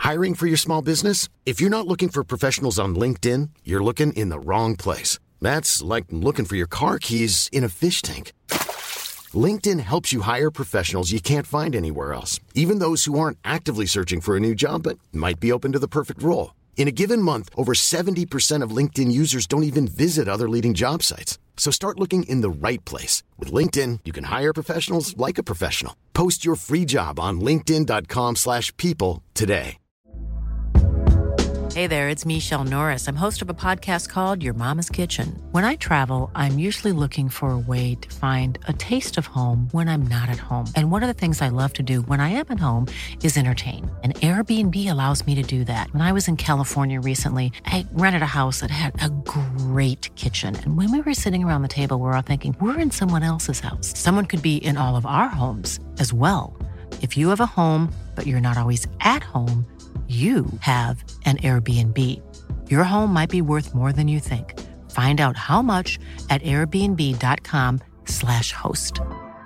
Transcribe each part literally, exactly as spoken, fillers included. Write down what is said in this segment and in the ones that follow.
Hiring for your small business? If you're not looking for professionals on LinkedIn, you're looking in the wrong place. That's like looking for your car keys in a fish tank. LinkedIn helps you hire professionals you can't find anywhere else, even those who aren't actively searching for a new job but might be open to the perfect role. In a given month, over seventy percent of LinkedIn users don't even visit other leading job sites. So start looking in the right place. With LinkedIn, you can hire professionals like a professional. Post your free job on linkedin dot com slash people today. Hey there, it's Michelle Norris. I'm host of a podcast called Your Mama's Kitchen. When I travel, I'm usually looking for a way to find a taste of home when I'm not at home. And one of the things I love to do when I am at home is entertain. And Airbnb allows me to do that. When I was in California recently, I rented a house that had a great kitchen. And when we were sitting around the table, we were all thinking, we're in someone else's house. Someone could be in all of our homes as well. If you have a home, but you're not always at home, you have an Airbnb. Your home might be worth more than you think. Find out how much at airbnb dot com slash host.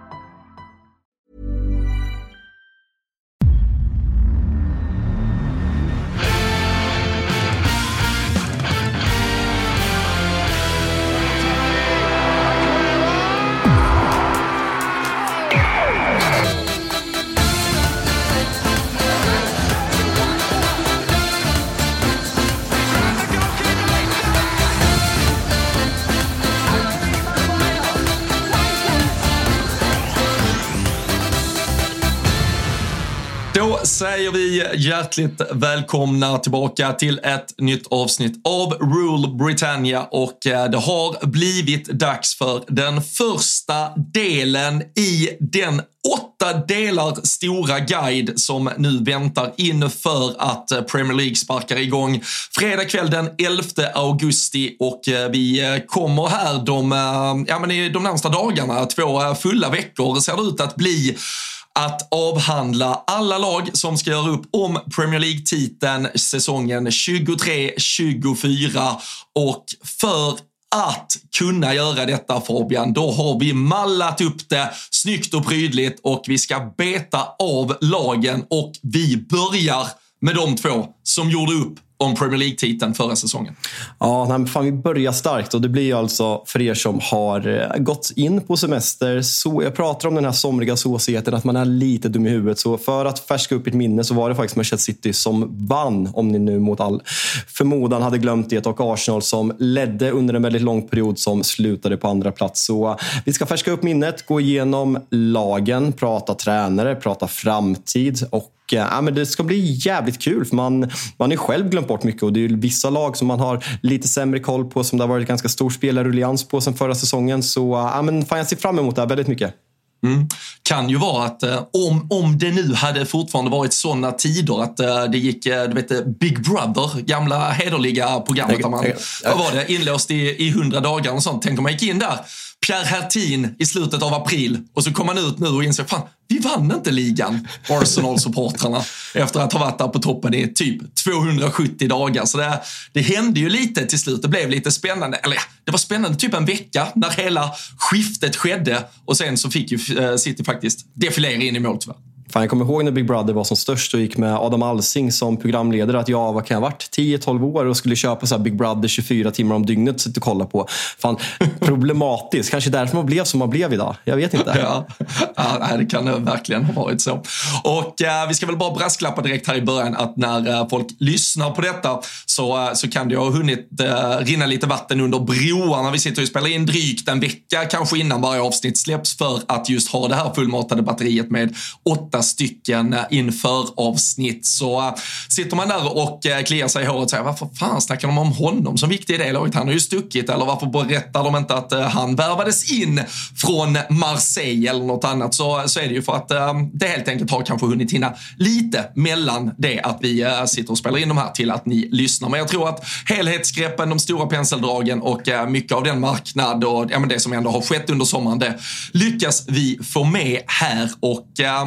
Då säger vi hjärtligt välkomna tillbaka till ett nytt avsnitt av Rule Britannia, och det har blivit dags för den första delen i den åtta delar stora guide som nu väntar inför att Premier League sparkar igång fredag kväll den elfte augusti, och vi kommer här de, ja, men i de närmsta dagarna, två fulla veckor ser det ut att bli, att avhandla alla lag som ska göra upp om Premier League-titeln säsongen tjugotre tjugofyra. Och för att kunna göra detta, Fabian, då har vi mallat upp det snyggt och prydligt, och vi ska beta av lagen, och vi börjar med de två som gjorde upp om Premier League-titeln förra säsongen. Ja, nej, men fan, vi börjar starkt, och det blir alltså för er som har gått in på semester. Så jag pratar om den här somriga såsigheten, att man är lite dum i huvudet. Så för att färska upp ett minne så var det faktiskt Manchester City som vann, om ni nu mot all förmodan hade glömt det, och Arsenal som ledde under en väldigt lång period som slutade på andra plats. Så vi ska färska upp minnet, gå igenom lagen, prata tränare, prata framtid, och ja, men det ska bli jävligt kul, för man, man är själv glömt bort mycket, och det är vissa lag som man har lite sämre koll på, som det har varit ganska stor spelarruljans på sen förra säsongen. Så ja, men fan, jag ser fram emot det här väldigt mycket. Mm. Kan ju vara att eh, om, om det nu hade fortfarande varit sådana tider att eh, det gick, eh, du vet, Big Brother, gamla hederliga programmet där man, vad var det, inlåst i, i hundra dagar och sånt. Tänk om man gick in där, Pierre Hertin i slutet av april, och så kom man ut nu och insåg, fan, vi vann inte ligan, Arsenal-supportrarna, efter att ha varit där på toppen i typ tvåhundrasjuttio dagar. Så det, det hände ju lite till slut. Det blev lite spännande. Eller ja, det var spännande typ en vecka när hela skiftet skedde, och sen så fick ju City faktiskt defilera in i mål tyvärr. Fan, jag kommer ihåg när Big Brother var som störst och gick med Adam Alsing som programledare, att jag, vad kan jag ha varit, tio tolv år och skulle köpa så här Big Brother tjugofyra timmar om dygnet och kolla på. Fan, problematiskt. Kanske därför man blev som man blev idag. Jag vet inte. Ja, ja, det kan verkligen ha varit så. Och äh, vi ska väl bara brasklappa direkt här i början att när äh, folk lyssnar på detta så, äh, så kan det ha hunnit äh, rinna lite vatten under broarna. Vi sitter och spelar in drygt en vecka kanske innan varje avsnitt släpps, för att just ha det här fullmatade batteriet med åtta stycken inför avsnitt. Så äh, sitter man där och äh, kliar sig i håret och säger, varför fan snackar de om honom som viktig i det laget? Han har ju stuckit. Eller varför berättar de inte att äh, han värvades in från Marseille eller något annat? Så, så är det ju för att äh, det helt enkelt har kanske hunnit hinna lite mellan det att vi äh, sitter och spelar in de här till att ni lyssnar. Men jag tror att helhetsgreppen, de stora penseldragen och äh, mycket av den marknad och ja, men det som ändå har skett under sommaren, det lyckas vi få med här. Och äh, vi kommer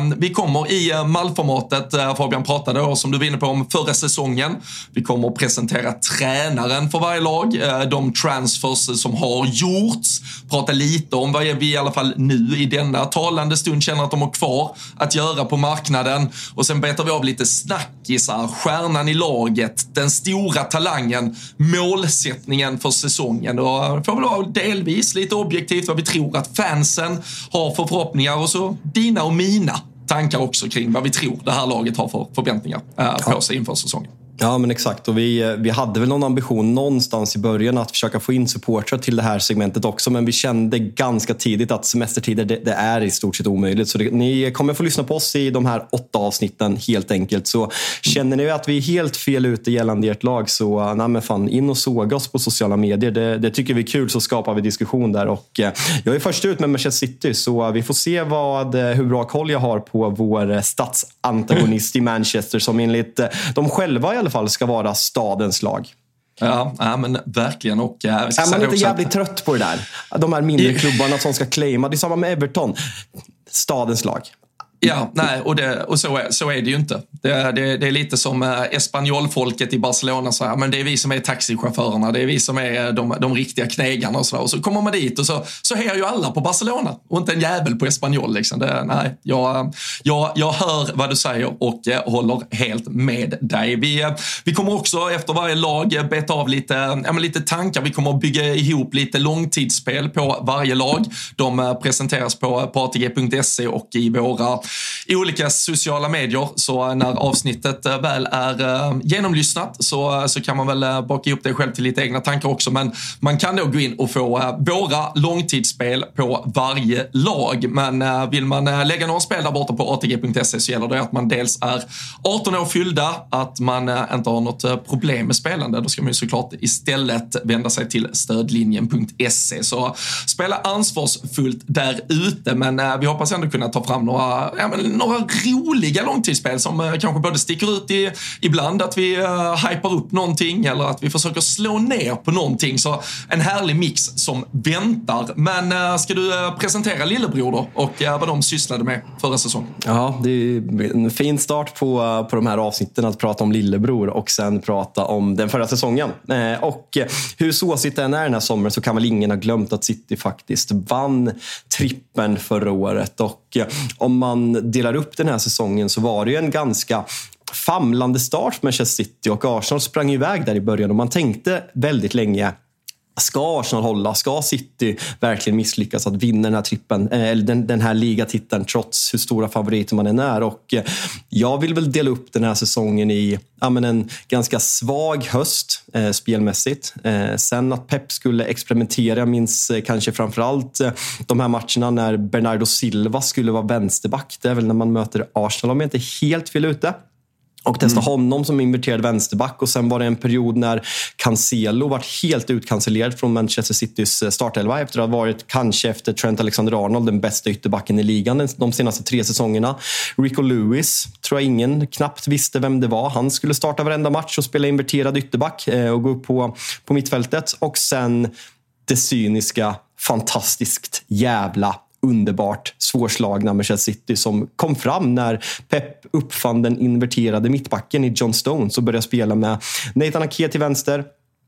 kommer i mallformatet. Fabian pratade då, som du var inne på, om förra säsongen. Vi kommer att presentera tränaren för varje lag, de transfers som har gjorts, prata lite om vad vi i alla fall nu i denna talande stund känner att de har kvar att göra på marknaden, och sen betar vi av lite snackisar, stjärnan i laget, den stora talangen, målsättningen för säsongen, och får väl vara delvis lite objektivt vad vi tror att fansen har för förhoppningar, och så dina och mina tankar också kring vad vi tror det här laget har för förväntningar äh, på sig inför säsongen. Ja, men exakt. Och vi, vi hade väl någon ambition någonstans i början att försöka få in supportrar till det här segmentet också, men vi kände ganska tidigt att semestertider, det, det är i stort sett omöjligt. Så det, ni kommer få lyssna på oss i de här åtta avsnitten helt enkelt. Så känner ni att vi är helt fel ute gällande ert lag, så nej men fan, in och såga oss på sociala medier. Det, det tycker vi är kul, så skapar vi diskussion där. Och eh, jag är först ut med Manchester City, så vi får se vad, hur bra koll jag har på vår stadsantagonist i Manchester, som enligt eh, de själva i alla fall ska vara stadens lag. Ja, ja men verkligen. Och, uh, är man inte jävligt att... trött på det där? De här mindre klubbarna som ska claima. Det är samma med Everton. Stadens lag. Ja, nej, och, det, och så, är, så är det ju inte. Det, det, det är lite som eh, espanjolfolket i Barcelona, så här, men det är vi som är taxichaufförerna, det är vi som är de, de riktiga knegarna och så där. Och så kommer man dit och så, så hejar ju alla på Barcelona och inte en jävel på Espanyol. Liksom. Det, nej, jag, jag, jag hör vad du säger och eh, håller helt med dig. Vi, eh, vi kommer också efter varje lag eh, beta av lite, eh, lite tankar. Vi kommer att bygga ihop lite långtidsspel på varje lag. De eh, presenteras på partg punkt se och i våra i olika sociala medier, så när avsnittet väl är uh, genomlyssnat så, så kan man väl uh, baka ihop det själv till lite egna tankar också, men man kan då gå in och få uh, våra långtidsspel på varje lag, men uh, vill man uh, lägga några spel där borta på partg punkt se så gäller det att man dels är arton år fyllda, att man uh, inte har något uh, problem med spelande. Då ska man ju såklart istället vända sig till stödlinjen punkt se, så spela ansvarsfullt där ute, men uh, vi hoppas ändå kunna ta fram några Ja, men några roliga långtidsspel som eh, kanske både sticker ut i, ibland att vi eh, hypar upp någonting eller att vi försöker slå ner på någonting. Så en härlig mix som väntar. Men eh, ska du eh, presentera Lillebror då och eh, vad de sysslade med förra säsongen? Ja, det är en fin start på, på de här avsnitten att prata om Lillebror och sen prata om den förra säsongen. Eh, och hur såsigt den är den här sommaren, så kan väl ingen ha glömt att City faktiskt vann trippen förra året. Och eh, om man delar upp den här säsongen så var det ju en ganska famlande start med Manchester City, och Arsenal sprang iväg där i början och man tänkte väldigt länge, ska Arsenal hålla? Ska City verkligen misslyckas att vinna den här trippen, eller den, den här ligatiteln trots hur stora favoriter man än är? Och jag vill väl dela upp den här säsongen i ja, men en ganska svag höst eh, spelmässigt. Eh, sen att Pep skulle experimentera, jag minns eh, kanske framförallt eh, de här matcherna när Bernardo Silva skulle vara vänsterback. Det är väl när man möter Arsenal om jag inte är helt fel ute. Och testa mm. honom som inverterad vänsterback. Och sen var det en period när Cancelo var helt utkancellerad från Manchester Citys startelva efter att ha varit, kanske efter Trent Alexander-Arnold, den bästa ytterbacken i ligan de senaste tre säsongerna. Rico Lewis, tror jag ingen knappt visste vem det var. Han skulle starta varenda match och spela inverterad ytterback och gå upp på, på mittfältet. Och sen det cyniska, fantastiskt jävla underbart svårslagna Manchester City som kom fram när Pep uppfann den inverterade mittbacken i John Stones och började spela med Nathan Ake till vänster,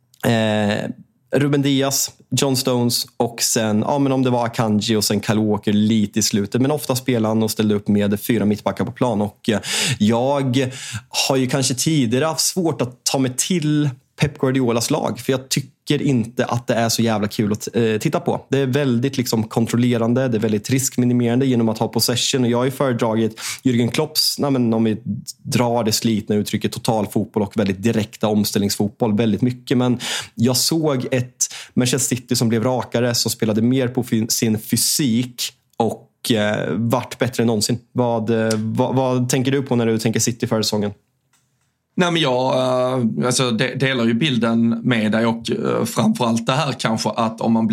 eh, Ruben Diaz, John Stones och sen, ja men om det var Akanji och sen Kyle Walker lite i slutet, men ofta spelade han och ställde upp med fyra mittbackar på plan. Och eh, jag har ju kanske tidigare haft svårt att ta mig till Pep Guardiolas lag, för jag tycker inte att det är så jävla kul att eh, titta på. Det är väldigt liksom kontrollerande, det är väldigt riskminimerande genom att ha possession, och jag har ju föredragit Jürgen Klopps, nej, men om vi drar det slitna uttrycket, total fotboll och väldigt direkta omställningsfotboll väldigt mycket, men jag såg ett Manchester City som blev rakare, som spelade mer på f- sin fysik och eh, vart bättre än någonsin. Vad, eh, vad, vad tänker du på när du tänker City för säsongen? Nej, men jag alltså, delar ju bilden med dig, och framförallt det här kanske att om man blickar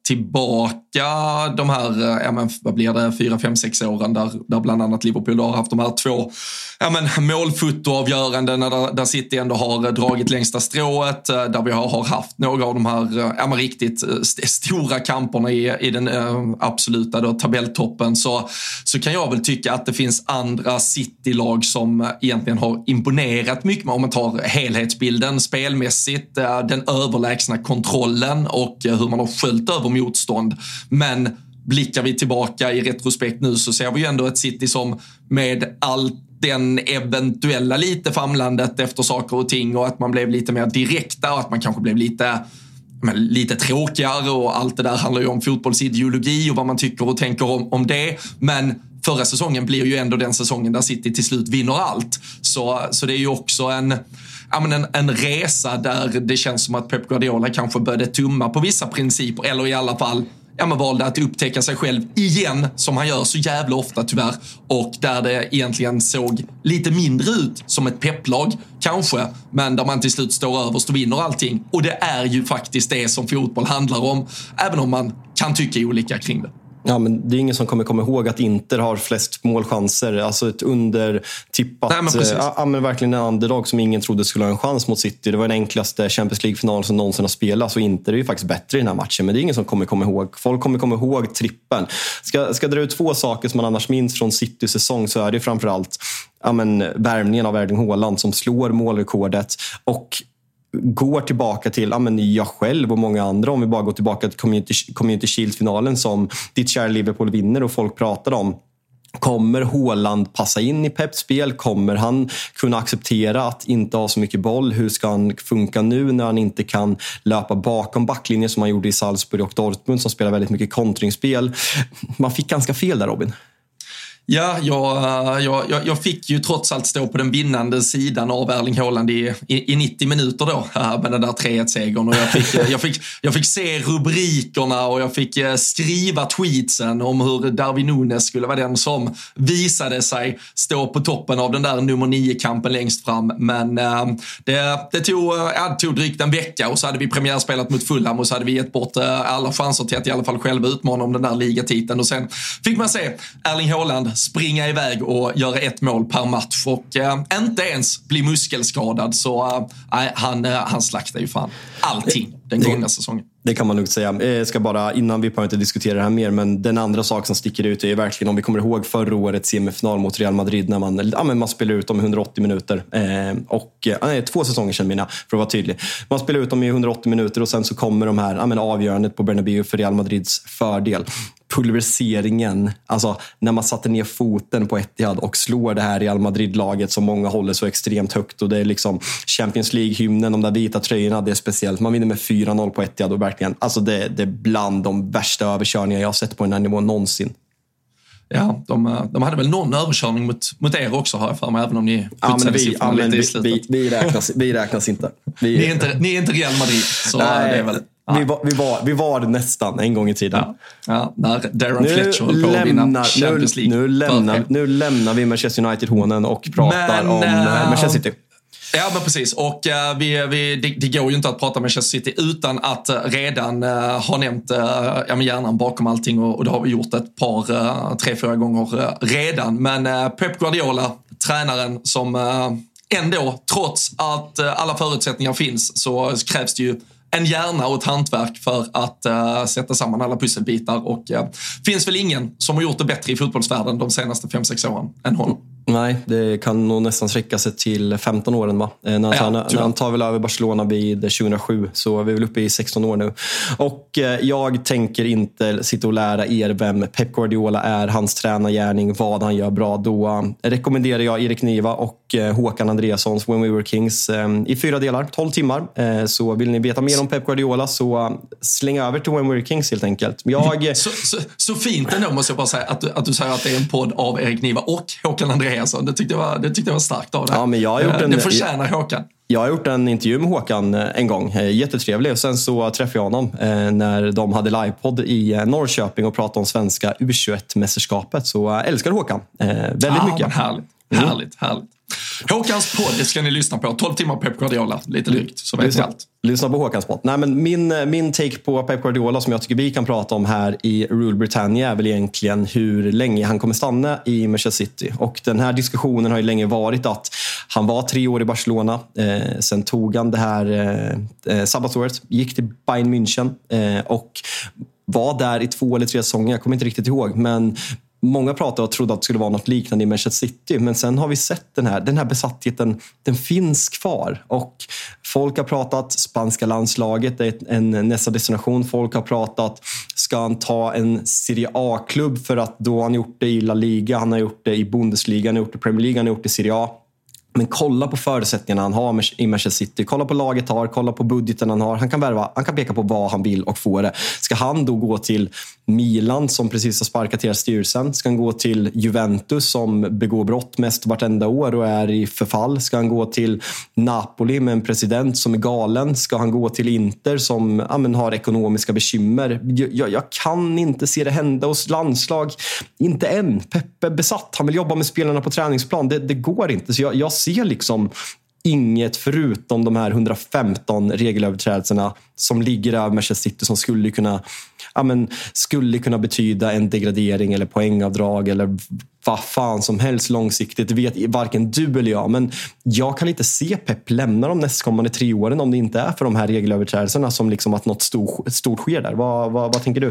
tillbaka de här, ja men, vad blir det, fyra, fem, sex åren där, där bland annat Liverpool har haft de här två ja men, målfotoavgöranden där, där City ändå har dragit längsta strået, där vi har, har haft några av de här ja men, riktigt st- stora kamperna i, i den äh, absoluta då, tabelltoppen, så, så kan jag väl tycka att det finns andra City-lag som egentligen har imponerat mycket med, om man tar helhetsbilden spelmässigt, äh, den överlägsna kontrollen och äh, hur man har sköljt över motstånd. Men blickar vi tillbaka i retrospekt nu så ser vi ju ändå ett City som med allt den eventuella lite famlandet efter saker och ting och att man blev lite mer direkta och att man kanske blev lite, men, lite tråkigare och allt det där handlar ju om fotbollsideologi och vad man tycker och tänker om, om det. Men förra säsongen blir ju ändå den säsongen där City till slut vinner allt. Så, så det är ju också en, ja, men en, en resa där det känns som att Pep Guardiola kanske började tumma på vissa principer, eller i alla fall ja, men valde att upptäcka sig själv igen, som han gör så jävla ofta tyvärr, och där det egentligen såg lite mindre ut som ett pepplag kanske, men där man till slut står överst och vinner allting. Och det är ju faktiskt det som fotboll handlar om, även om man kan tycka olika kring det. Ja, men det är ingen som kommer komma ihåg att Inter har flest målchanser. Alltså ett undertippat... Nej, men äh, ja, men verkligen en underdog som ingen trodde skulle ha en chans mot City. Det var den enklaste Champions League-final som någonsin har spelats. Och Inter är ju faktiskt bättre i den här matchen. Men det är ingen som kommer komma ihåg. Folk kommer komma ihåg trippen. Ska, ska dra ut två saker som man annars minns från Citys säsong, så är det framförallt ja, men, värvningen av Erling Haaland som slår målrekordet. Och går tillbaka till ja, men jag själv och många andra, om vi bara går tillbaka till Community, Community Shield-finalen som ditt kära Liverpool vinner och folk pratar om. Kommer Haaland passa in i Peps spel? Kommer han kunna acceptera att inte ha så mycket boll? Hur ska han funka nu när han inte kan löpa bakom backlinjen som han gjorde i Salzburg och Dortmund som spelar väldigt mycket kontringsspel? Man fick ganska fel där, Robin. Ja, jag, jag, jag fick ju trots allt stå på den vinnande sidan av Erling Haaland i, i, i nittio minuter då med den där tre ett-segern, och jag fick, jag, fick, jag fick se rubrikerna och jag fick skriva tweetsen om hur Darwin Núñez skulle vara den som visade sig stå på toppen av den där nummer nio-kampen längst fram. Men äh, det, det, tog, ja, det tog drygt en vecka och så hade vi premiärspelat mot Fulham och så hade vi gett bort äh, alla chanser till att i alla fall själva utmana om den där ligatiteln, och sen fick man se Erling Haaland springa iväg och göra ett mål per match och äh, inte ens bli muskelskadad, så äh, han, äh, han slaktade ju fan allting den gångna säsongen. Det kan man nog säga. Jag ska bara, innan vi behöver inte diskutera det här mer, men den andra sak som sticker ut är verkligen, om vi kommer ihåg förra årets semifinal mot Real Madrid när man, ja, men man spelar ut dem i hundraåttio minuter eh, och nej, två säsonger sedan mina, för att vara tydlig. Man spelar ut dem i hundraåttio minuter och sen så kommer de här ja, men avgörandet på Bernabéu för Real Madrids fördel. Pulveriseringen, alltså när man satte ner foten på Etihad och slår det här Real Madrid-laget som många håller så extremt högt, och det är liksom Champions League-hymnen, de där vita tröjorna, det är speciellt. Man vinner med fyra noll på Etihad och verkligen, alltså det, det är bland de värsta överkörningar jag har sett på den här nivån någonsin. Ja, de, de hade väl någon överkörning mot, mot er också, har jag för mig, även om ni ja, men vi, ja, men lite vi, i slutet. Vi, vi, räknas, vi räknas inte. Vi, ni, är inte ni är inte Real Madrid, så nej, det är väl... Vi var, vi, var, vi var nästan en gång i tiden. Ja, ja, när Darren nu Fletcher höll på att vinna Champions League. Nu, nu, lämnar, nu lämnar vi Manchester United-hånen och pratar men, om äh, Manchester City. Ja, men precis. Och uh, vi, vi, det, det går ju inte att prata med Manchester City utan att uh, redan uh, ha nämnt uh, ja, men hjärnan bakom allting, och, och det har vi gjort ett par, uh, tre, fyra gånger uh, redan. Men uh, Pep Guardiola, tränaren som uh, ändå, trots att uh, alla förutsättningar finns, så krävs det ju en hjärna och ett hantverk för att uh, sätta samman alla pusselbitar, och uh, finns väl ingen som har gjort det bättre i fotbollsvärlden de senaste fem sex åren än honom. Nej, det kan nog nästan sträcka sig till femton åren, va? När han, ja, tar, när han tar väl över Barcelona vid tjugohundrasju, så vi är väl uppe i sexton år nu. Och eh, jag tänker inte sitta och lära er vem Pep Guardiola är, hans tränargärning, vad han gör bra. Då eh, rekommenderar jag Erik Niva och eh, Håkan Andreassons When We Were Kings eh, i fyra delar, tolv timmar. Eh, så vill ni veta mer om Pep Guardiola, så uh, släng över till When We Were Kings helt enkelt. Jag... så, så, så fint ändå, måste jag bara säga, att du, att du säger att det är en podd av Erik Niva och Håkan Andreasson. Det tyckte jag var, det tyckte jag var starkt av det. Ja, men jag har gjort en, det förtjänar Håkan. Jag har gjort en intervju med Håkan en gång. Jättetrevlig. Och sen så träffade jag honom när de hade livepodd i Norrköping och pratade om svenska U tjugoett-mästerskapet. Så jag älskar Håkan väldigt ah, mycket. Härligt. Mm. Härligt, härligt. Håkans podd, det ska ni lyssna på. tolv timmar Pep Guardiola, lite drygt, så vet lyssna, ni allt. Lyssna på Håkans podd. Nej, men min, min take på Pep Guardiola som jag tycker vi kan prata om här i Rule Britannia är väl egentligen hur länge han kommer stanna i Manchester City. Och den här diskussionen har ju länge varit att han var tre år i Barcelona. Eh, sen tog han det här eh, sabbatsåret, gick till Bayern München eh, och var där i två eller tre säsonger. Jag kommer inte riktigt ihåg, men många pratade och trodde att det skulle vara något liknande i Manchester City. Men sen har vi sett den här, den här besattheten, den finns kvar. Och folk har pratat spanska landslaget, det är en nästa destination. Folk har pratat, ska han ta en Serie A-klubb för att då har han gjort det i La Liga, han har gjort det i Bundesliga, han har gjort det i Premier League, han har gjort det i Serie A. Men kolla på förutsättningarna han har i Manchester City. Kolla på laget han har, kolla på budgeten han har. Han kan värva, han kan peka på vad han vill och få det. Ska han då gå till Milan som precis har sparkat till styrelsen? Ska han gå till Juventus som begår brott mest vartenda år och är i förfall? Ska han gå till Napoli med en president som är galen? Ska han gå till Inter som ja, men, har ekonomiska bekymmer? Jag, jag kan inte se det hända hos landslag. Inte än. Peppe besatt. Han vill jobba med spelarna på träningsplan. Det, det går inte. Så jag, jag ser liksom inget förutom de här hundrafemton regelöverträdelserna som ligger över Manchester City som skulle kunna, ja men, skulle kunna betyda en degradering eller poängavdrag eller vad fan som helst långsiktigt. Det vet varken du eller jag. Men jag kan inte se Pep lämna de nästkommande tre åren om det inte är för de här regelöverträdelserna som liksom att något stort, stort sker där. Vad, vad, vad tänker du?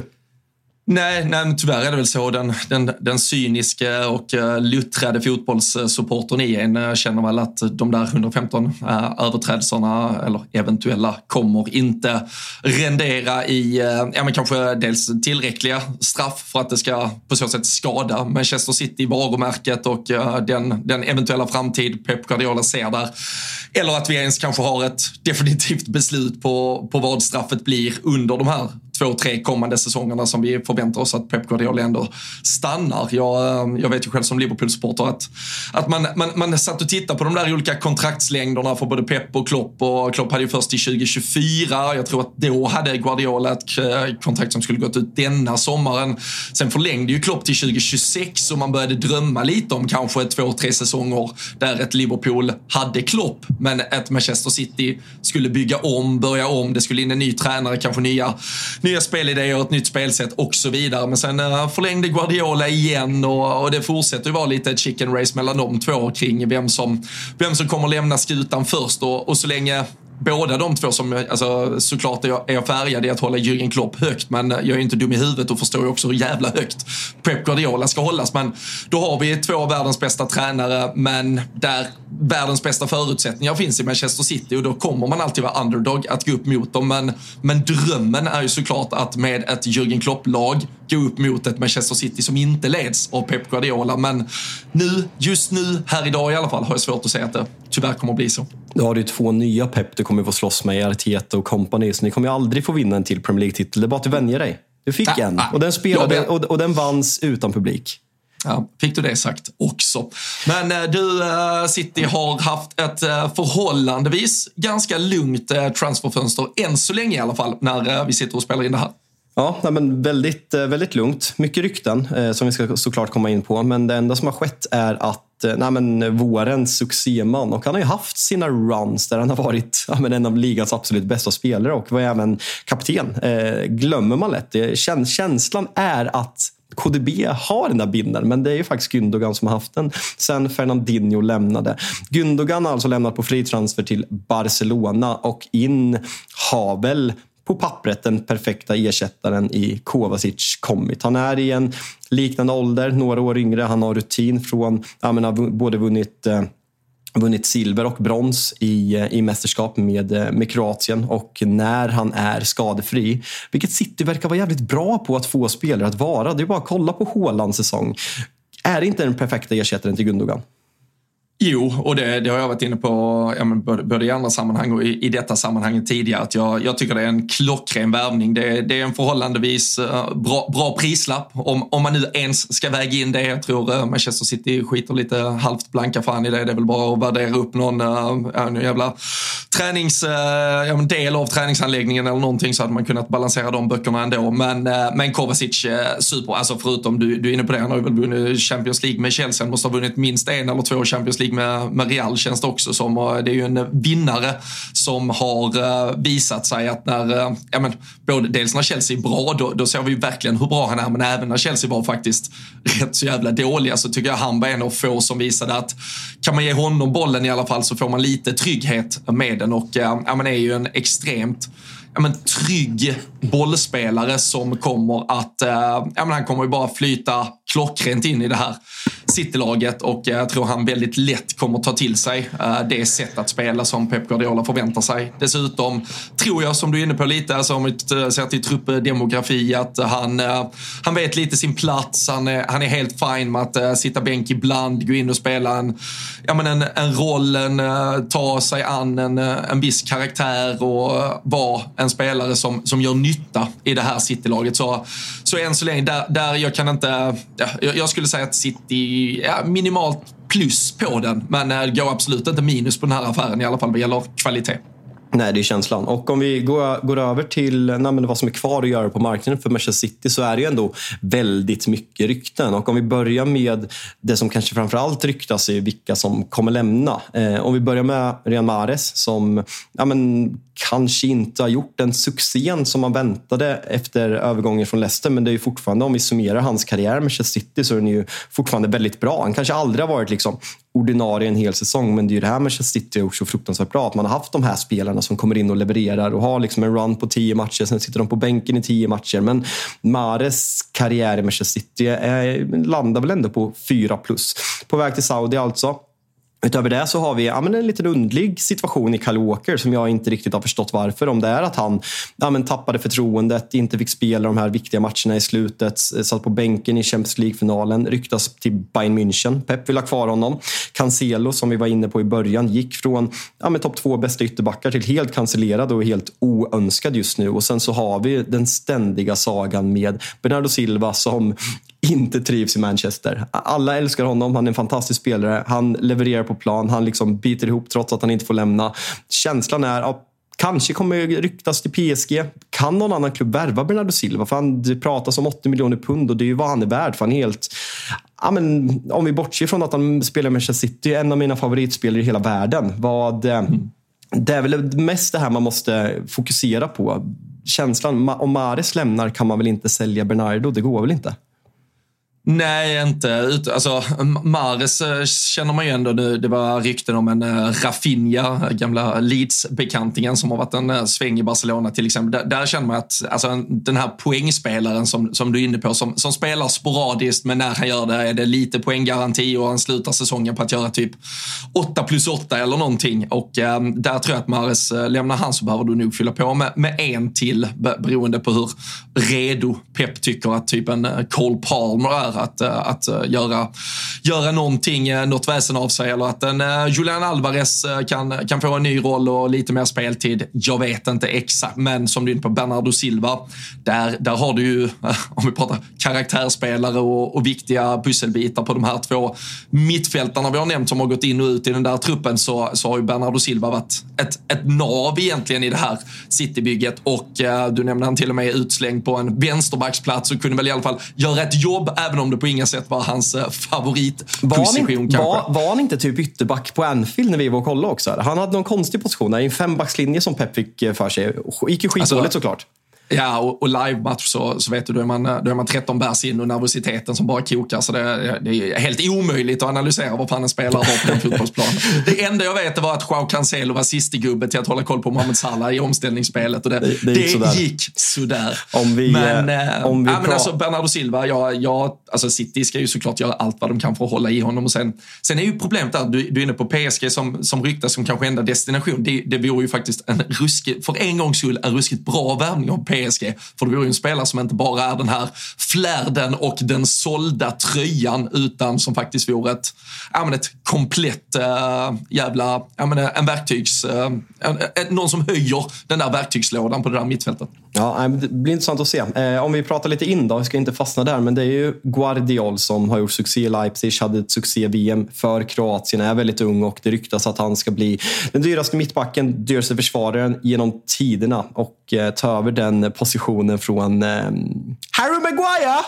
Nej, nej, men tyvärr är det väl så. Den, den, den cyniska och uh, luttrade fotbollssupportern i en uh, känner väl att de där hundrafemton uh, överträdelserna eller eventuella kommer inte rendera i uh, ja, men kanske dels tillräckliga straff för att det ska på så sätt skada Manchester City varumärket och uh, den, den eventuella framtid Pep Guardiola ser där. Eller att vi ens kanske har ett definitivt beslut på, på vad straffet blir under de här två, tre kommande säsongerna som vi förväntar oss att Pep Guardiola ändå stannar. Jag, jag vet ju själv som Liverpool-supporter att, att man, man, man satt och tittade på de där olika kontraktslängderna för både Pep och Klopp. Och Klopp hade ju först till tjugo tjugofyra. Jag tror att då hade Guardiola ett kontrakt som skulle gått ut denna sommaren. Sen förlängde ju Klopp till tjugo tjugosex och man började drömma lite om kanske två, tre säsonger där ett Liverpool hade Klopp. Men ett Manchester City skulle bygga om, börja om. Det skulle in en ny tränare, kanske nya nya spelidéer, ett nytt spelsätt och så vidare. Men sen uh, förlängde Guardiola igen och, och det fortsätter ju vara lite ett chicken race mellan de två kring vem som, vem som kommer lämna skutan först och, och så länge båda de två som, alltså, såklart är jag, är jag färgad i att hålla Jürgen Klopp högt, men jag är inte dum i huvudet och förstår ju också hur jävla högt Pep Guardiola ska hållas. Men då har vi två av världens bästa tränare, men där världens bästa förutsättningar finns i Manchester City och då kommer man alltid vara underdog att gå upp mot dem. Men, men drömmen är ju såklart att med ett Jürgen Klopp-lag gå upp mot ett Manchester City som inte leds av Pep Guardiola. Men nu, just nu, här idag i alla fall, har jag svårt att säga att det tyvärr kommer att bli så. Då har du två nya Pep du kommer få slåss med i Arteta och company, så ni kommer ju aldrig få vinna en till Premier League-titel. Det är bara att du vänjer dig. Du fick ah, en och den spelade och, och den vanns utan publik. Ja, fick du det sagt också. Men eh, du, eh, City har haft ett eh, förhållandevis ganska lugnt eh, transferfönster än så länge i alla fall när eh, vi sitter och spelar in det här. Ja, nej, men väldigt, väldigt lugnt. Mycket rykten eh, som vi ska såklart komma in på. Men det enda som har skett är att eh, nej, men, vårens succéman, och han har ju haft sina runs där han har varit ja, men, en av ligans absolut bästa spelare och var även kapten. Eh, glömmer man lätt. Det, käns- känslan är att K D B har den där binden, men det är ju faktiskt Gündogan som har haft den sen Fernandinho lämnade. Gündogan har alltså lämnat på fri transfer till Barcelona och in har väl på pappret den perfekta ersättaren i Kovacic kommit. Han är i en liknande ålder, några år yngre. Han har rutin från, ja, men har både vunnit, eh, vunnit silver och brons i, i mästerskap med, med Kroatien. Och när han är skadefri, vilket City verkar vara jävligt bra på att få spelare att vara. Det är bara att kolla på Haalands säsong. Är det inte den perfekta ersättaren till Gündogan? Jo, och det, det har jag varit inne på ja, men både, både i andra sammanhang och i, i detta sammanhanget tidigare. Att jag, jag tycker det är en klockren värvning. Det, det är en förhållandevis uh, bra, bra prislapp. Om, om man nu ens ska väga in det. Jag tror uh, Manchester City skiter lite halvt blanka fan i det. Det är väl bara att värdera upp någon, uh, någon jävla tränings, ja, del av träningsanläggningen eller någonting, så hade man kunnat balansera de böckerna ändå. Men, men Kovacic super, alltså förutom du, du är inne på det, han har ju väl vunnit Champions League med Chelsea, han måste ha vunnit minst en eller två Champions League med, med Real, känns det också som. Och det är ju en vinnare som har visat sig att när, ja, men, både dels när Chelsea är bra, då, då ser vi ju verkligen hur bra han är, men även när Chelsea var faktiskt rätt så jävla dåliga, så tycker jag han var en av få som visade att kan man ge honom bollen i alla fall så får man lite trygghet med den. Och ja, man är ju en extremt ja, men, trygg bollspelare som kommer att ja, men, han kommer ju bara flyta klockrent in i det här City-laget, och jag tror han väldigt lätt kommer ta till sig det sätt att spela som Pep Guardiola förväntar sig. Dessutom tror jag, som du är inne på lite, alltså om vi ser till truppdemografi, att han, han vet lite sin plats, han är, han är helt fine med att sitta bänk ibland, gå in och spela en, ja, men en, en roll, en, ta sig an en, en viss karaktär och vara en spelare som, som gör nytta i det här City-laget. Så, så än så länge, där, där jag kan inte, ja, jag skulle säga att City, ja, minimalt plus på den, men det går absolut inte minus på den här affären, i alla fall vad gäller kvalitet. Nej, det är känslan. Och om vi går, går över till nej, men vad som är kvar att göra på marknaden för Manchester City, så är det ju ändå väldigt mycket rykten. Och om vi börjar med det som kanske framförallt ryktas är vilka som kommer lämna. Eh, om vi börjar med Riyad Mahrez som ja, men, kanske inte har gjort den succén som man väntade efter övergången från Leicester, men det är ju fortfarande, om vi summerar hans karriär med Manchester City, så är den ju fortfarande väldigt bra. Han kanske aldrig har varit liksom ordinarie en hel säsong, men det är ju det här Manchester City har gjort så fruktansvärt bra, att man har haft de här spelarna som kommer in och levererar och har liksom en run på tio matcher, sen sitter de på bänken i tio matcher. Men Mahrez karriär i Manchester City är, landar väl ändå på fyra plus. På väg till Saudi alltså. Utöver det så har vi ja, men en liten undlig situation i Kyle Walker som jag inte riktigt har förstått varför. Om det är att han ja, men tappade förtroendet, inte fick spela de här viktiga matcherna i slutet, satt på bänken i Champions League-finalen, ryktas till Bayern München. Pep vill ha kvar honom. Cancelo, som vi var inne på i början, gick från ja, men topp två bästa ytterbackar till helt cancellerad och helt oönskad just nu. Och sen så har vi den ständiga sagan med Bernardo Silva som inte trivs i Manchester. Alla älskar honom, han är en fantastisk spelare. Han levererar på plan, han liksom biter ihop trots att han inte får lämna. Känslan är att kanske kommer ryktas till P S G. Kan någon annan klubb värva Bernardo Silva? För han pratas om åttio miljoner pund och det är ju vad han är värd. För han är helt... Ja, men, om vi bortser från att han spelar med Manchester City, en av mina favoritspelare i hela världen. Vad, det är väl mest det här man måste fokusera på. Känslan, om Mahrez lämnar kan man väl inte sälja Bernardo? Det går väl inte? Nej, inte. Alltså, Mahrez känner man ju ändå nu. Det var rykten om en Rafinha, gamla Leeds-bekantingen som har varit en sväng i Barcelona till exempel. Där, där känner man att alltså, den här poängspelaren som, som du är inne på, som, som spelar sporadiskt, men när han gör det är det lite poänggaranti och han slutar säsongen på att göra typ åtta plus åtta eller någonting. Och eh, där tror jag att Mahrez lämnar han, så behöver du nog fylla på med, med en till, beroende på hur redo Pep tycker att typ en Cole Palmer är att, att göra, göra någonting, något väsen av sig, eller att en Julian Alvarez kan, kan få en ny roll och lite mer speltid. Jag vet inte exakt, men som du är inne på, Bernardo Silva, där, där har du ju, om vi pratar karaktärsspelare och, och viktiga pusselbitar på de här två mittfältarna vi har nämnt som har gått in och ut i den där truppen, så, så har ju Bernardo Silva varit ett, ett nav egentligen i det här Citybygget, och eh, du nämnde han till och med utslängd på en vänsterbacksplats och kunde väl i alla fall göra ett jobb, även om det på inga sätt var hans favoritposition. Var han, var, var han inte typ ytterback på Anfield när vi var och kollade också? Han hade någon konstig position där, i en fembackslinje som Pep fick för sig. Gick ju skitdåligt alltså, såklart. Ja, och, och live-match så, så vet du, då är man, då är man tretton bärs in och nervositeten som bara kokar, så det, det är helt omöjligt att analysera vad fan en spelare var på den fotbollsplanen. Det enda jag vet var att Joao Cancelo var sista gubbe till att hålla koll på Mohamed Salah i omställningsspelet, och det, det, det, gick, det sådär. gick sådär. Om vi, men, eh, om vi ja, men alltså Bernardo Silva, jag, jag, alltså City ska ju såklart göra allt vad de kan för att hålla i honom, och sen, sen är ju problemet där, du, du är inne på P S G som, som ryktas som kanske enda destination. Det, det vore ju faktiskt en ruskig, för en gångs skull en ruskigt bra värvning av P P S G. För det vore ju en spelare som inte bara är den här flärden och den sålda tröjan, utan som faktiskt vore ett, ja, men ett komplett äh, jävla, ja, men en verktygs, äh, en, någon som höjer den där verktygslådan på det där mittfältet. Ja, det blir intressant att se. Eh, om vi pratar lite in då, vi ska inte fastna där, men det är ju Guardiol som har gjort succé i Leipzig, hade ett succé-V M för Kroatien, är väldigt ung och det ryktas att han ska bli den dyraste mittbacken, dyraste försvararen genom tiderna och eh, ta över den positionen från eh, Harry Maguire!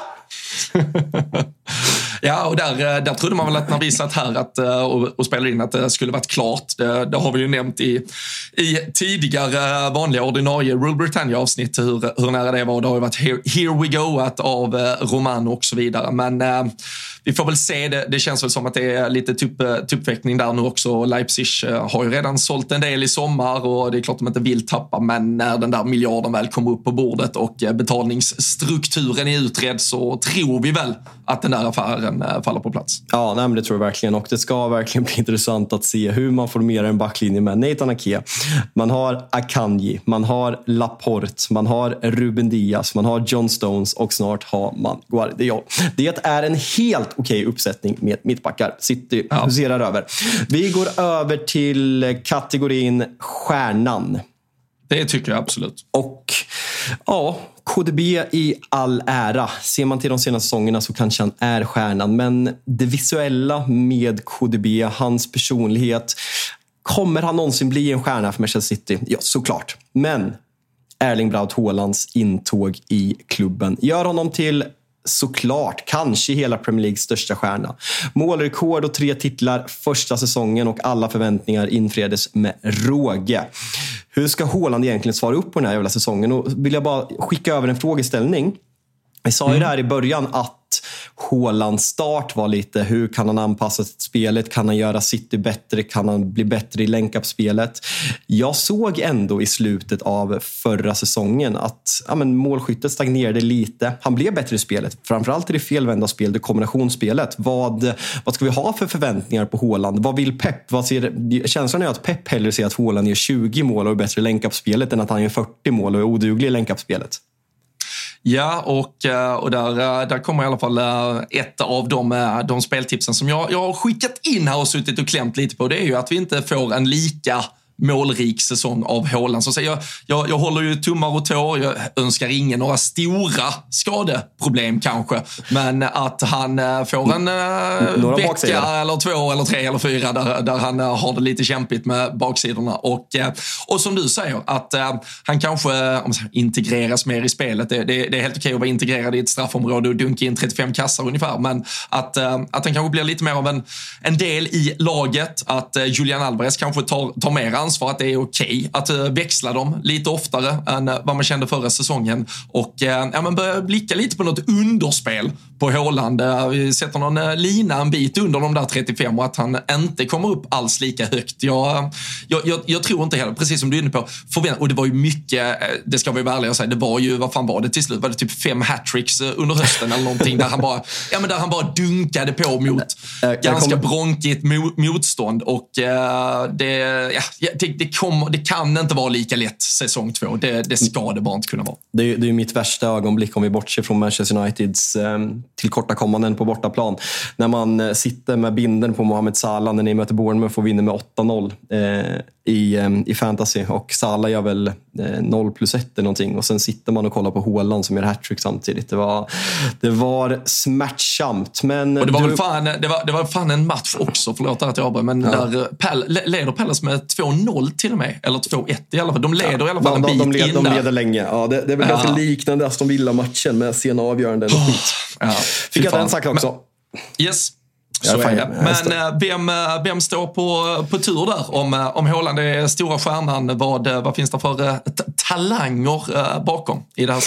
Ja, och där, där trodde man väl att när vi satt här att, och, och spelade in att det skulle varit klart. Det, det har vi ju nämnt i, i tidigare vanliga ordinarie Rule Britannia-avsnitt hur, hur nära det var. Det har ju varit here, here we go att av Romano och så vidare. Men eh, vi får väl se. Det, det känns väl som att det är lite tupp, tuppväckning där nu också. Leipzig har ju redan sålt en del i sommar och det är klart att de inte vill tappa. Men när den där miljarden väl kommer upp på bordet och betalningsstrukturen är utredd så tror vi väl att den där affären faller på plats. Ja, nej, men det tror jag verkligen. Och det ska verkligen bli intressant att se hur man formerar en backlinje med Nathan Ake. Man har Akanji, man har Laporte, man har Ruben Diaz, man har John Stones och snart har man Guardiol. Det är en helt okej uppsättning med mittbackar. City ja. huserar över. Vi går över till kategorin stjärnan. Det tycker jag absolut. Och ja, K D B i all ära. Ser man till de senaste säsongerna så kanske han är stjärnan. Men det visuella med K D B, hans personlighet. Kommer han någonsin bli en stjärna för Manchester City? Ja, såklart. Men Erling Braut Haalands intåg i klubben gör honom till såklart kanske hela Premier Leagues största stjärna. Målrekord och tre titlar första säsongen och alla förväntningar infredes med råge. Hur ska Haaland egentligen svara upp på den här jävla säsongen? Och vill jag bara skicka över en frågeställning. Vi sa ju där i början att Haalands start var lite, hur kan han anpassa sitt spelet? Kan han göra City bättre? Kan han bli bättre i länk-up-spelet? Jag såg ändå i slutet av förra säsongen att ja, men målskyttet stagnerade lite. Han blev bättre i spelet. Framförallt i det felvända spelet, det kombinationsspelet. Vad, vad ska vi ha för förväntningar på Haaland? Vad vill Pep? Vad ser, känslan är att Pep hellre ser att Haaland gör tjugo mål och är bättre i länk-up-spelet än att han gör fyrtio mål och är oduglig i länk-up-spelet. Ja, och, och där, där kommer i alla fall ett av de, de speltipsen som jag, jag har skickat in här och suttit och klämt lite på. Det är ju att vi inte får en lika målrik säsong av Haaland. Så jag, jag, jag håller ju tummar och tår. Jag önskar ingen några stora skadeproblem kanske. Men att han får en några vecka baksidan. Eller två eller tre eller fyra där, där han har det lite kämpigt med baksidorna. Och, och som du säger, att han kanske om säger, integreras mer i spelet. Det, det, det är helt okej att vara integrerad i ett straffområde och dunka in trettiofem kassar ungefär. Men att, att han kanske blir lite mer av en, en del i laget. Att Julian Alvarez kanske tar, tar mer ansvar, att det är okej att växla dem lite oftare än vad man kände förra säsongen och ja, man börjar blicka lite på något underspel på Haaland. Vi sätter någon lina en bit under de där trettiofem och att han inte kommer upp alls lika högt. Jag, jag, jag, jag tror inte heller, precis som du är inne på, förvänt- och det var ju mycket, det ska vi vara ärliga och säga, det var ju, vad fan var det till slut? Var det typ fem hattricks under hösten eller någonting där han bara, ja, men där han bara dunkade på mot jag, ganska kommer... bronkigt mo- motstånd och uh, det, ja, det, det, kom, det kan inte vara lika lätt säsong två. Det, det ska det bara inte kunna vara. Det är, det är mitt värsta ögonblick om vi bortser från Manchester Uniteds eh, tillkortakommanden på bortaplan. När man eh, sitter med binden på Mohamed Salah när ni möter Bournemouth och vinner med åtta noll eh, i, eh, i fantasy. Och Salah gör väl eh, noll plus ett eller någonting. Och sen sitter man och kollar på Haaland som gör hattrick samtidigt. Det var, det var smärtsamt. Men och det var du... väl fan, det var, det var fan en match också, förlåt att jag avbryter, men ja. där Pal, leder Pallas med två noll till och med, eller två ett i alla fall. De leder ja. i alla fall de, en bit de, led, in de leder länge. Ja, det, det är väl ja. ganska liknande Aston Villa-matchen med sena avgöranden och skit. Ja. Fick jag den sagt också? Men, yes. Så är det. Men vem, vem står på, på tur där om, om Haaland är stora stjärnan? Vad, vad finns det för t- talanger bakom i det här sittlaget?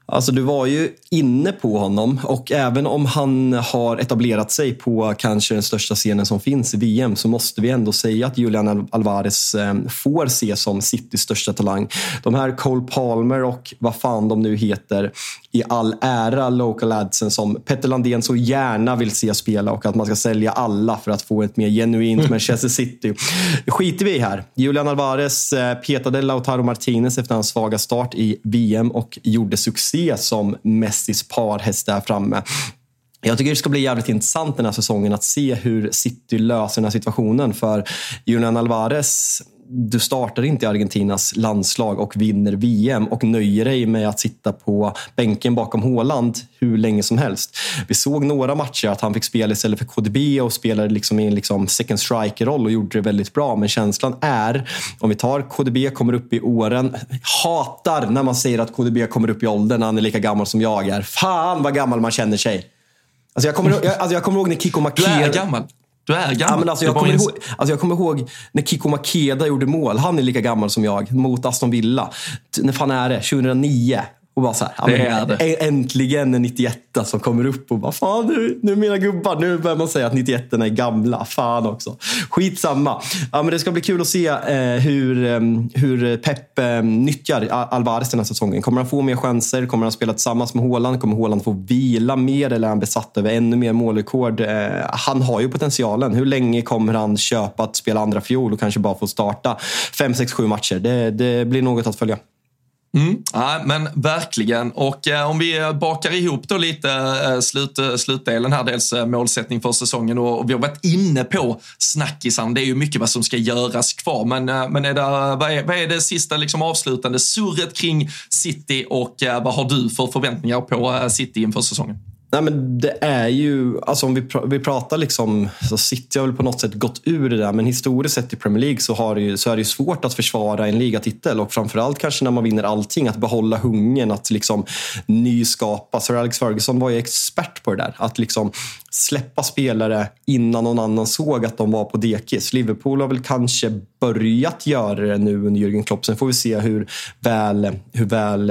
Alltså du var ju inne på honom, och även om han har etablerat sig på kanske den största scenen som finns i V M, så måste vi ändå säga att Julian Alvarez får ses som Citys största talang. De här Cole Palmer och vad fan de nu heter i all ära, local adsen som Petter Landén så gärna vill se spela, och att man ska sälja alla för att få ett mer genuint Manchester City. Skiter vi här. Julian Alvarez petade Lautaro Martinez efter hans svaga start i V M och gjorde succé som Messis parhäst där framme. Jag tycker det ska bli jävligt intressant den här säsongen att se hur City löser den här situationen, för Julian Alvarez, du startar inte i Argentinas landslag och vinner V M och nöjer dig med att sitta på bänken bakom Haaland hur länge som helst. Vi såg några matcher att han fick spela istället för K D B och spelade liksom i en liksom second striker-roll och gjorde det väldigt bra. Men känslan är, om vi tar K D B kommer upp i åren, hatar när man säger att K D B kommer upp i åldern när han är lika gammal som jag är. Fan vad gammal man känner sig. Alltså jag kommer, jag, alltså jag kommer ihåg när Kiko Makeda... Du är gammal. Du är gammal. Ja, men alltså jag, kommer ihåg, alltså jag kommer ihåg när Kiko Makeda gjorde mål. Han är lika gammal som jag mot Aston Villa. När fan är det? tjugohundranio. Och bara så här, ja, det är det. Äntligen en nittioett som kommer upp och bara, fan nu, nu mina gubbar, nu börjar man säga att nittioett är gamla. Fan också. Skitsamma. Ja, men det ska bli kul att se eh, hur, eh, hur Pep eh, nyttjar Alvarez den här säsongen. Kommer han få mer chanser? Kommer han spela tillsammans med Haaland? Kommer Haaland få vila mer, eller är han besatt över ännu mer målrekord? Eh, han har ju potentialen. Hur länge kommer han köpa att spela andra fjol och kanske bara få starta fem, sex, sju matcher? Det, det blir något att följa. Mm, ja, men verkligen. Och eh, om vi bakar ihop då lite eh, slut, slutdelen här, dels eh, målsättning för säsongen, och, och vi har varit inne på snackisen. Det är ju mycket vad som ska göras kvar, men, eh, men är det, vad, är, vad är det sista liksom avslutande surret kring City, och eh, vad har du för förväntningar på eh, City inför säsongen? Nej, men det är ju, alltså om vi, pr- vi pratar liksom, så City har väl på något sätt gått ur det där, men historiskt sett i Premier League så, har det ju, så är det ju svårt att försvara en ligatitel, och framförallt kanske när man vinner allting, att behålla hungern, att liksom nyskapa. Sir Alex Ferguson var ju expert på det där, att liksom släppa spelare innan någon annan såg att de var på dekis. Liverpool har väl kanske börjat göra det nu under Jürgen Klopp, sen får vi se hur väl, hur väl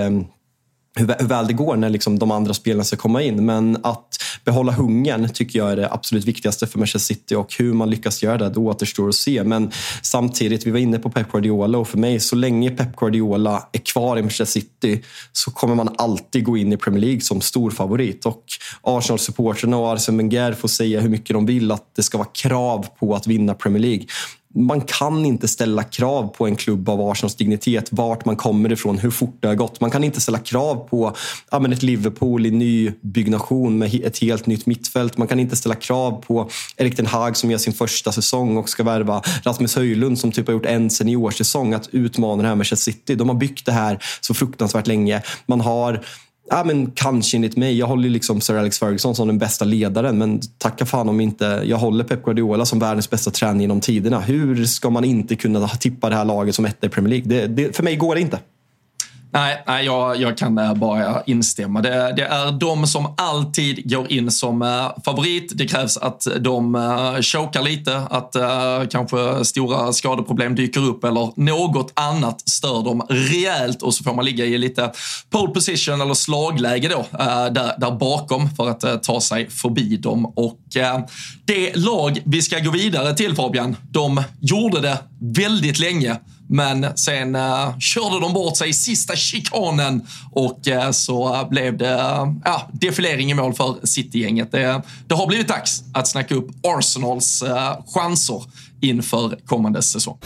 hur väl det går när liksom de andra spelarna ska komma in. Men att behålla hungern tycker jag är det absolut viktigaste för Manchester City, och hur man lyckas göra det, det återstår att se. Men samtidigt, vi var inne på Pep Guardiola, och för mig, så länge Pep Guardiola är kvar i Manchester City så kommer man alltid gå in i Premier League som stor favorit. Och Arsenal-supporterna och Arsene Wenger får säga hur mycket de vill att det ska vara krav på att vinna Premier League. Man kan inte ställa krav på en klubb av Arsenals dignitet, vart man kommer ifrån, hur fort det har gått. Man kan inte ställa krav på ja, men ett Liverpool i ny byggnation med ett helt nytt mittfält. Man kan inte ställa krav på Erik ten Hag som gör sin första säsong och ska värva Rasmus Höjlund som typ har gjort en seniorsäsong att utmana det här med Manchester City. De har byggt det här så fruktansvärt länge. Man har... Ja, men kanske enligt mig. Jag håller liksom Sir Alex Ferguson som den bästa ledaren, men tacka fan om inte jag håller Pep Guardiola som världens bästa tränare genom tiderna. Hur ska man inte kunna tippa det här laget som etta i Premier League? Det, det, för mig går det inte. Nej, nej jag, jag kan bara instämma. Det, det är de som alltid går in som uh, favorit. Det krävs att de uh, chokar lite, att uh, kanske stora skadeproblem dyker upp eller något annat stör dem rejält, och så får man ligga i lite pole position eller slagläge då, uh, där, där bakom för att uh, ta sig förbi dem. Och uh, det lag vi ska gå vidare till, Fabian, de gjorde det väldigt länge, men sen uh, körde de bort sig i sista chikanen, och uh, så blev det uh, ja, defilering i mål för City-gänget. Det, det har blivit dags att snacka upp Arsenals uh, chanser inför kommande säsong.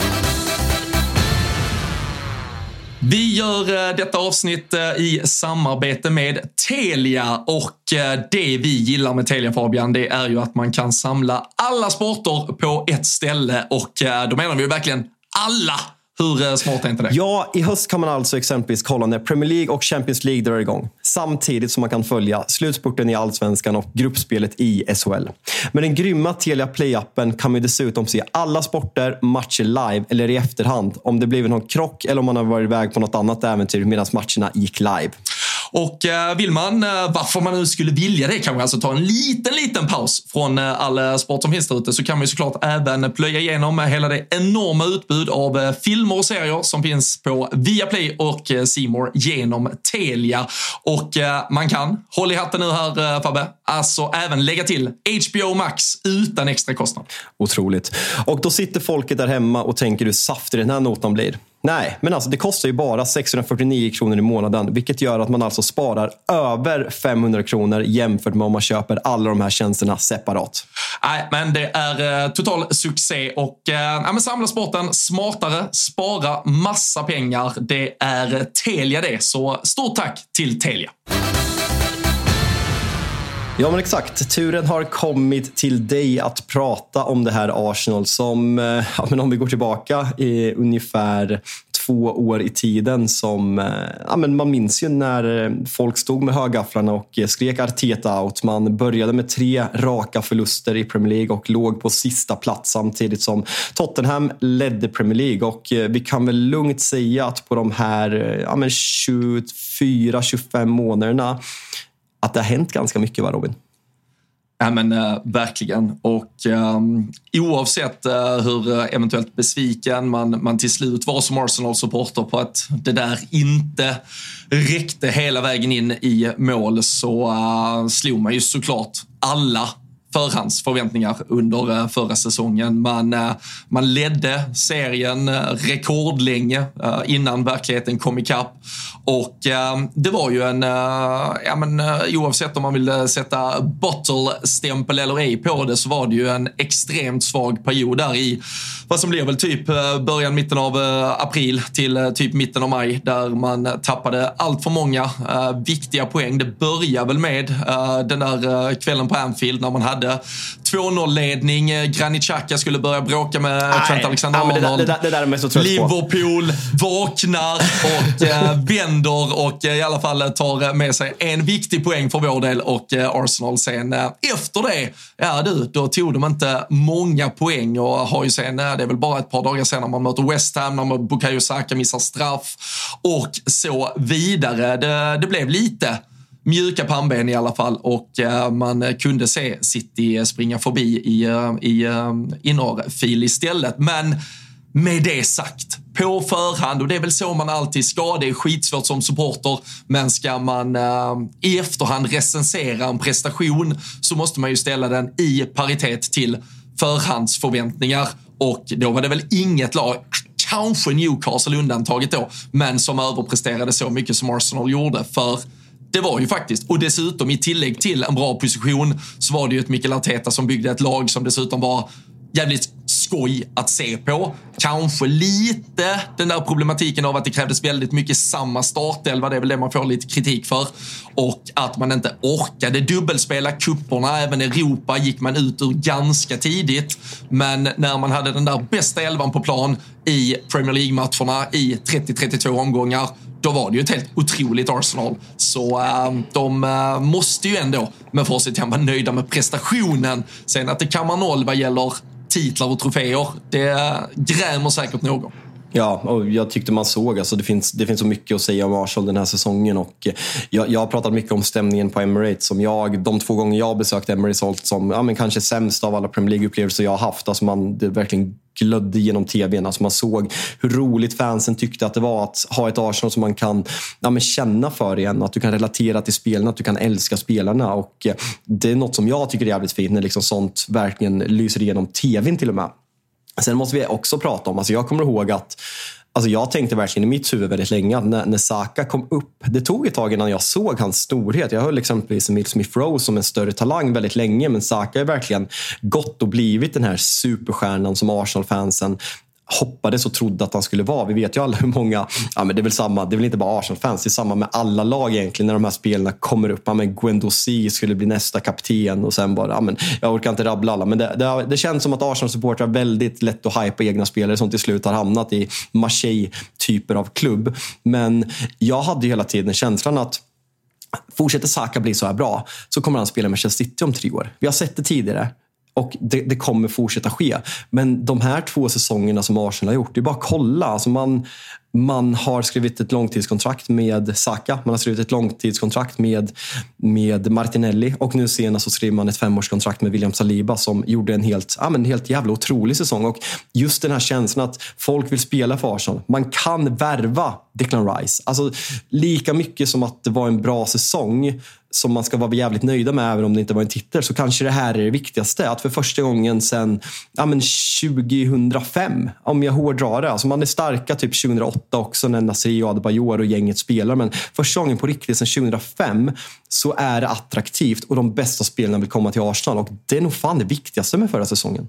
Vi gör uh, detta avsnitt uh, i samarbete med Telia, och uh, det vi gillar med Telia, Fabian, det är ju att man kan samla alla sporter på ett ställe, och uh, då menar vi ju verkligen alla. Hur smart är inte det? Ja, i höst kan man alltså exempelvis kolla när Premier League och Champions League drar igång. Samtidigt som man kan följa slutspurten i Allsvenskan och gruppspelet i S H L. Med den grymma Telia Play-appen kan man dessutom se alla sporter, matcher live eller i efterhand. Om det blivit någon krock eller om man har varit iväg på något annat äventyr medan matcherna gick live. Och eh, vill man, eh, varför man nu skulle vilja det, kan man alltså ta en liten, liten paus från eh, all sport som finns där ute, så kan man ju såklart även plöja igenom hela det enorma utbud av eh, filmer och serier som finns på Viaplay och eh, C More genom Telia. Och eh, man kan, håll i hatten nu här eh, Fabbe, alltså även lägga till H B O Max utan extra kostnad. Otroligt. Och då sitter folket där hemma och tänker hur saftig den här notan blir. Nej, men alltså det kostar ju bara sexhundrafyrtionio kronor i månaden, vilket gör att man alltså sparar över femhundra kronor jämfört med om man köper alla de här tjänsterna separat. Nej, men det är eh, total succé och eh, ja, men samla sporten smartare, spara massa pengar. Det är Telia det, så stort tack till Telia. Ja, men exakt. Turen har kommit till dig att prata om det här Arsenal som, ja, men om vi går tillbaka i ungefär två år i tiden som, ja, men man minns ju när folk stod med högafflarna och skrek Arteta out. Man började med tre raka förluster i Premier League och låg på sista plats samtidigt som Tottenham ledde Premier League. Och vi kan väl lugnt säga att på de här ja, men tjugofyra tjugofem månaderna att det har hänt ganska mycket, va Robin? Ja, men uh, verkligen. Och um, oavsett uh, hur eventuellt besviken man, man till slut var som Arsenal-supporter på att det där inte räckte hela vägen in i mål, så uh, slog man ju såklart alla förhandsförväntningar under förra säsongen. Man, man ledde serien rekordlänge innan verkligheten kom ikapp. Och det var ju en, ja men oavsett om man vill sätta bottle-stämpel eller ej på det, så var det ju en extremt svag period där i vad som blev väl typ början, mitten av april till typ mitten av maj, där man tappade allt för många uh, viktiga poäng. Det började väl med uh, den där uh, kvällen på Anfield när man hade två noll-ledning. Granit Xhaka skulle börja bråka med Nej. Trent Alexander-Arnold. Ja, det, det, det där är mig så trött Liverpool på. vaknar och uh, vänder och uh, i alla fall tar med sig en viktig poäng för vår del, och uh, Arsenal sen uh, efter det, ja du, då tog de inte många poäng och har ju sen, uh, det är väl bara ett par dagar senare man möter West Ham, när man Bukayo Saka missar straff och så vidare. Det, det blev lite mjuka pannben i alla fall, och uh, man kunde se City springa förbi i, uh, i uh, innerfil istället. Men med det sagt, på förhand, och det är väl så man alltid ska, det är skitsvårt som supporter, men ska man uh, i efterhand recensera en prestation så måste man ju ställa den i paritet till förhandsförväntningar. Och då var det väl inget lag, kanske Newcastle undantaget då, men som överpresterade så mycket som Arsenal gjorde. För det var ju faktiskt, och dessutom i tillägg till en bra position, så var det ju ett Mikel Arteta som byggde ett lag som dessutom var jävligt skoj att se på. Kanske lite den där problematiken av att det krävdes väldigt mycket samma startelva, det är väl det man får lite kritik för. Och att man inte orkade dubbelspela kupporna, även i Europa gick man ut ur ganska tidigt. Men när man hade den där bästa elvan på plan i Premier League-matcherna i trettio till trettiotvå omgångar, då var det ju ett helt otroligt Arsenal. Så äh, de äh, måste ju ändå med facit vara nöjda med prestationen. Sen att det kan man noll vad gäller titlar och troféer, det grämer säkert någon. Ja, och jag tyckte man såg, alltså det finns, det finns så mycket att säga om Arsenal den här säsongen, och jag, jag har pratat mycket om stämningen på Emirates som jag, de två gånger jag besökt Emirates hållit som ja, men kanske sämst av alla Premier League-upplevelser jag har haft. Alltså man, det verkligen glödde genom tvn, alltså man såg hur roligt fansen tyckte att det var att ha ett Arsenal som man kan ja, men känna för igen, att du kan relatera till spelarna, att du kan älska spelarna, och det är något som jag tycker är jävligt fint när liksom sånt verkligen lyser igenom tvn till och med. Sen måste vi också prata om, alltså jag kommer ihåg att alltså jag tänkte verkligen i mitt huvud väldigt länge att när, när Saka kom upp, det tog ett tag innan jag såg hans storhet. Jag höll exempelvis Emil Smith Rowe som en större talang väldigt länge, men Saka är verkligen gått och blivit den här superstjärnan som Arsenal-fansen hoppades och trodde att han skulle vara. Vi vet ju alla hur många, ja men det är väl samma, det är väl inte bara Arsenal-fans, det är samma med alla lag egentligen när de här spelarna kommer upp. Ja men Guendouzi skulle bli nästa kapten och sen bara, ja men jag orkar inte rabbla alla, men det, det, det känns som att Arsenal-supportrar är väldigt lätt att hypa egna spelare som till slut har hamnat i Marseille-typer av klubb. Men jag hade ju hela tiden känslan att fortsätter Saka bli så här bra så kommer han spela med Manchester City om tre år. Vi har sett det tidigare. Och det, det kommer fortsätta ske. Men de här två säsongerna som Arsenal har gjort, det är bara att kolla. Alltså man, Man har skrivit ett långtidskontrakt med Saka. Man har skrivit ett långtidskontrakt med, med Martinelli. Och nu senast så skrev man ett femårskontrakt med William Saliba som gjorde en helt, ja, men helt jävla otrolig säsong. Och just den här känslan att folk vill spela för Arsenal. Man kan värva Declan Rice. Alltså lika mycket som att det var en bra säsong som man ska vara jävligt nöjda med även om det inte var en titel, så kanske det här är det viktigaste. Att för första gången sedan ja, men tjugohundrafem, om jag hårdrar det, alltså man är starka typ tjugohundraåtta också när Nasri och Adebayor och gänget spelar, men första gången på riktigt sedan tjugohundrafem så är det attraktivt och de bästa spelarna vill komma till Arsenal, och det är nog fan det viktigaste med förra säsongen.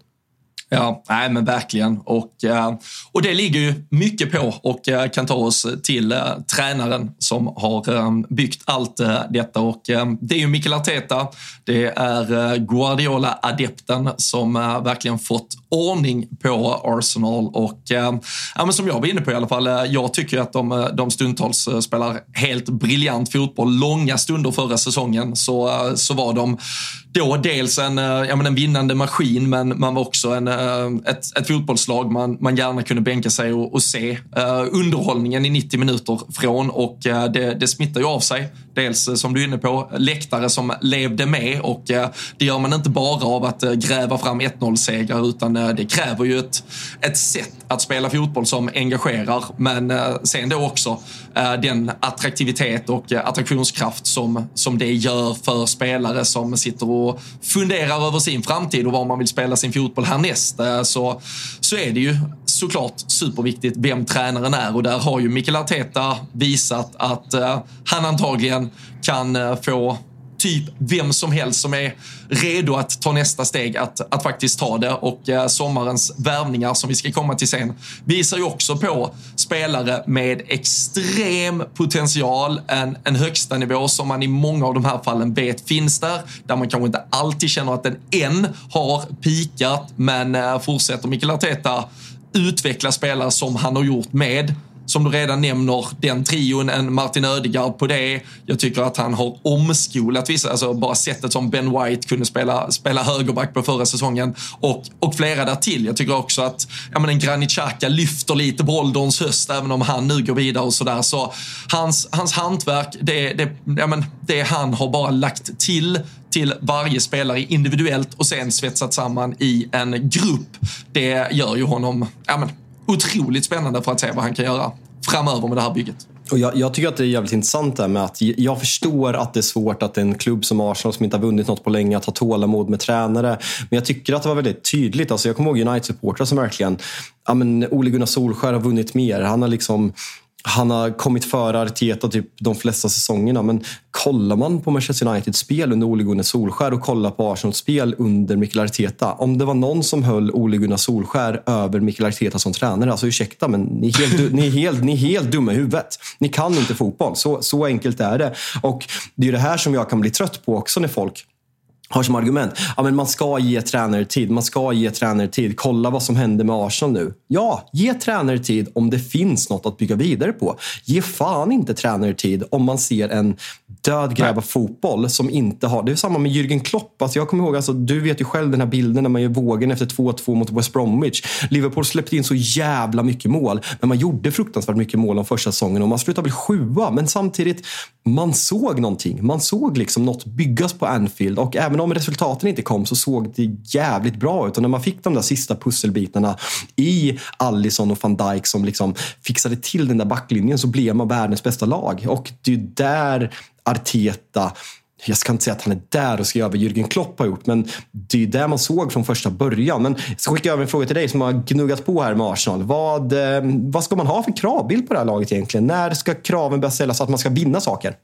Ja, nej men verkligen. Och, och det ligger ju mycket på och kan ta oss till tränaren som har byggt allt detta. Och det är ju Mikel Arteta, det är Guardiola-adepten som verkligen fått ordning på Arsenal. Och ja, men som jag var inne på i alla fall, jag tycker att de, de stundtals spelar helt briljant fotboll. Långa stunder förra säsongen så, så var de då dels en, ja, men en vinnande maskin, men man var också en Ett, ett fotbollslag man, man gärna kunde bänka sig och, och se uh, underhållningen i nittio minuter från, och uh, det, det smittar ju av sig. Dels uh, som du är inne på, läktare som levde med, och uh, det gör man inte bara av att uh, gräva fram ett noll-segrar, utan uh, det kräver ju ett, ett sätt att spela fotboll som engagerar, men uh, sen då också uh, den attraktivitet och uh, attraktionskraft som, som det gör för spelare som sitter och funderar över sin framtid och var man vill spela sin fotboll härnäst. Så, så är det ju såklart superviktigt vem tränaren är, och där har ju Mikel Arteta visat att uh, han antagligen kan uh, få typ vem som helst som är redo att ta nästa steg att, att faktiskt ta det. Och eh, sommarens värvningar som vi ska komma till sen visar ju också på spelare med extrem potential, en, en högsta nivå som man i många av de här fallen vet finns där, där man kanske inte alltid känner att den än har pikat, men eh, fortsätter Mikel Arteta utveckla spelare som han har gjort med, som du redan nämner, den trion, en Martin Ödegaard på det. Jag tycker att han har omskolat vissa, alltså bara sättet som Ben White kunde spela, spela högerback på förra säsongen, och, och flera där till. Jag tycker också att ja, men en Granit Xhaka lyfter lite på ålderns höst, även om han nu går vidare och sådär. Så hans, hans hantverk, det, det, ja, men det han har bara lagt till till varje spelare individuellt och sen svetsat samman i en grupp, det gör ju honom ja, men, otroligt spännande för att se vad han kan göra framöver med det här bygget. Och jag, jag tycker att det är jävligt intressant där med att jag förstår att det är svårt att en klubb som Arsenal som inte har vunnit något på länge att ha tålamod med tränare. Men jag tycker att det var väldigt tydligt. Alltså jag kommer ihåg United-supportrar som verkligen, ja men Ole Gunnar Solskjær har vunnit mer. Han har liksom Han har kommit före Arteta typ de flesta säsongerna, men kollar man på Manchester Uniteds spel under Ole Gunnar Solskjær och kollar på Arsenals spel under Mikel Arteta, om det var någon som höll Ole Gunnar Solskjær över Mikel Arteta som tränare, alltså ursäkta, men ni är helt, ni är helt, ni är helt dumma i huvudet. Ni kan inte fotboll, så, så enkelt är det. Och det är det här som jag kan bli trött på också när folk har som argument, ja men man ska ge tränare tid, man ska ge tränare tid, kolla vad som händer med Arsenal nu. Ja, ge tränare tid om det finns något att bygga vidare på. Ge fan inte tränare tid om man ser en dödgräva fotboll som inte har, det är samma med Jürgen Klopp. Alltså jag kommer ihåg, alltså, du vet ju själv den här bilden när man gör vågen efter två två mot West Bromwich. Liverpool släppte in så jävla mycket mål, men man gjorde fruktansvärt mycket mål om första säsongen och man slutade bli sjua, men samtidigt man såg någonting, man såg liksom något byggas på Anfield, och även om resultaten inte kom så såg det jävligt bra ut, och när man fick de där sista pusselbitarna i Alisson och Van Dijk som liksom fixade till den där backlinjen, så blev man världens bästa lag. Och det är där Arteta, jag ska inte säga att han är där och ska göra vad Jürgen Klopp har gjort, men det är där man såg från första början. Men jag ska skicka över en fråga till dig som har gnuggat på här med Arsenal. Vad, vad ska man ha för kravbild på det här laget egentligen? När ska kraven börja ställas så att man ska vinna saker?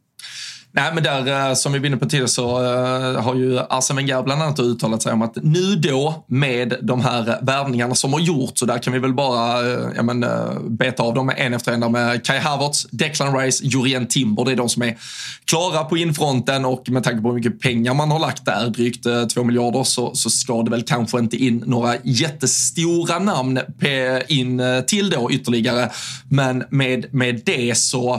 Nej, men där som vi vinner på till så uh, har ju Arsene Wenger bland annat uttalat sig om att nu då med de här värvningarna som har gjort, så där kan vi väl bara uh, ja, men, uh, beta av dem en efter en där med Kai Havertz, Declan Rice, Jurrien Timber. Det är de som är klara på infronten, och med tanke på hur mycket pengar man har lagt där, drygt uh, två miljarder, så, så ska det väl kanske inte in några jättestora namn in uh, till då ytterligare. Men med, med det så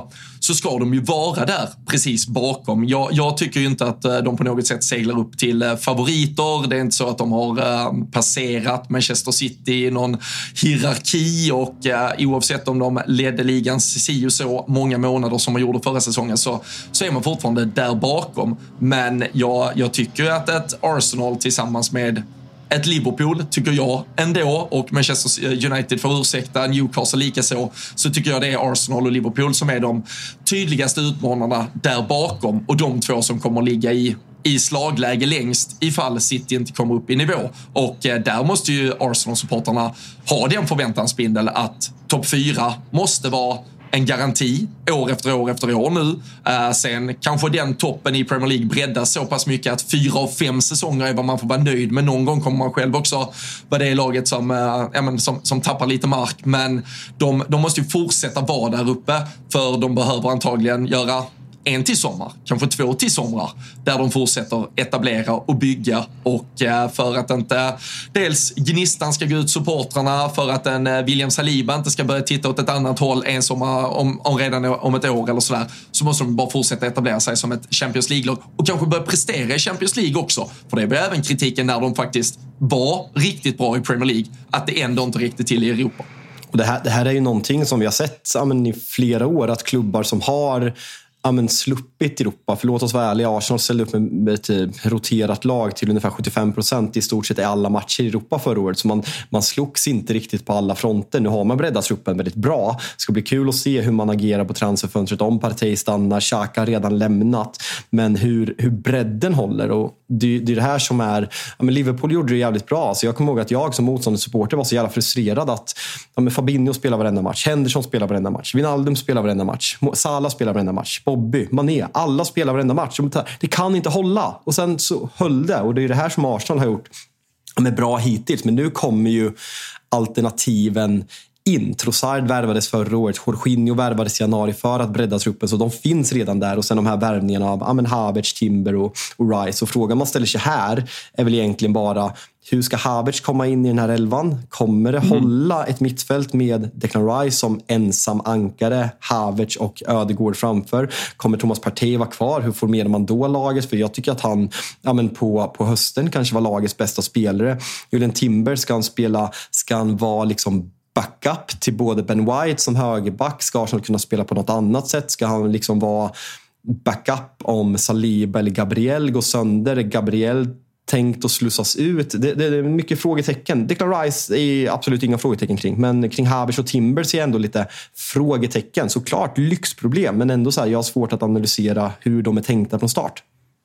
så ska de ju vara där precis bakom. Jag, jag tycker ju inte att de på något sätt seglar upp till favoriter. Det är inte så att de har passerat Manchester City i någon hierarki, och oavsett om de ledde ligans si och så många månader som man gjorde förra säsongen, så, så är man fortfarande där bakom. Men jag, jag tycker att ett Arsenal tillsammans med ett Liverpool, tycker jag ändå, och Manchester United får ursäkta, Newcastle lika så, så tycker jag det är Arsenal och Liverpool som är de tydligaste utmanarna där bakom, och de två som kommer ligga i i slagläge längst ifall City inte kommer upp i nivå. Och eh, där måste ju Arsenal-supporterna ha den förväntansbindel att topp fyra måste vara en garanti år efter år efter år nu. Uh, sen kanske den toppen i Premier League breddas så pass mycket att fyra av fem säsonger är vad man får vara nöjd med. Någon gång kommer man själv också vara det laget som, uh, ja, men, som, som tappar lite mark. Men de, de måste ju fortsätta vara där uppe, för de behöver antagligen göra en till sommar, kanske två till somrar, där de fortsätter etablera och bygga, och för att inte dels gnistan ska gå ut supportrarna, för att en William Saliba inte ska börja titta åt ett annat håll en sommar om, om redan om ett år eller sådär, så måste de bara fortsätta etablera sig som ett Champions League-lag och kanske börja prestera i Champions League också, för det blir även kritiken när de faktiskt var riktigt bra i Premier League, att det ändå inte riktigt till i Europa. Och det här, det här är ju någonting som vi har sett ja, men i flera år, att klubbar som har ja, men sluppit Europa, för låt oss vara ärliga, Arsenal ställde upp med ett roterat lag till ungefär sjuttiofem procent i stort sett i alla matcher i Europa förra året, så man, man slogs inte riktigt på alla fronter. Nu har man breddat truppen väldigt bra. Det ska bli kul att se hur man agerar på transferfönstret, om Partey stannar, Xhaka redan lämnat, men hur, hur bredden håller. Och det, det är det här som är, ja, men Liverpool gjorde det jävligt bra, så jag kommer ihåg att jag som motståndande supporter var så jävla frustrerad att ja, men Fabinho spelar varenda match, Henderson spelar varenda match, Wijnaldum spelar varenda match, Salah spelar varenda match, Bobby, Mané, alla spelar varenda match. Det kan inte hålla. Och sen så höll det. Och det är det här som Arsenal har gjort med bra hittills. Men nu kommer ju alternativen in. Trossard värvades förra året. Jorginho värvades i januari för att bredda truppen. Så de finns redan där. Och sen de här värvningarna av ja, men Havertz, Timber och, och Rice. Och frågan man ställer sig här är väl egentligen bara: hur ska Havertz komma in i den här elvan? Kommer det mm. hålla ett mittfält med Declan Rice som ensam ankare, Havertz och Ödegaard framför? Kommer Thomas Partey vara kvar? Hur formerar man då laget? För jag tycker att han ja, men på, på hösten kanske var lagets bästa spelare. Julian Timber, ska han spela, ska han vara liksom backup till både Ben White som högerback? Ska Arsenal kunna spela på något annat sätt? Ska han liksom vara backup om Saliba eller Gabriel går sönder? Gabriel tänkt att slussas ut? Det, det, det är mycket frågetecken. Declan Rice är absolut inga frågetecken kring, men kring Havertz och Timber ser jag ändå lite frågetecken. Såklart lyxproblem, men ändå så här, jag har svårt att analysera hur de är tänkta från start.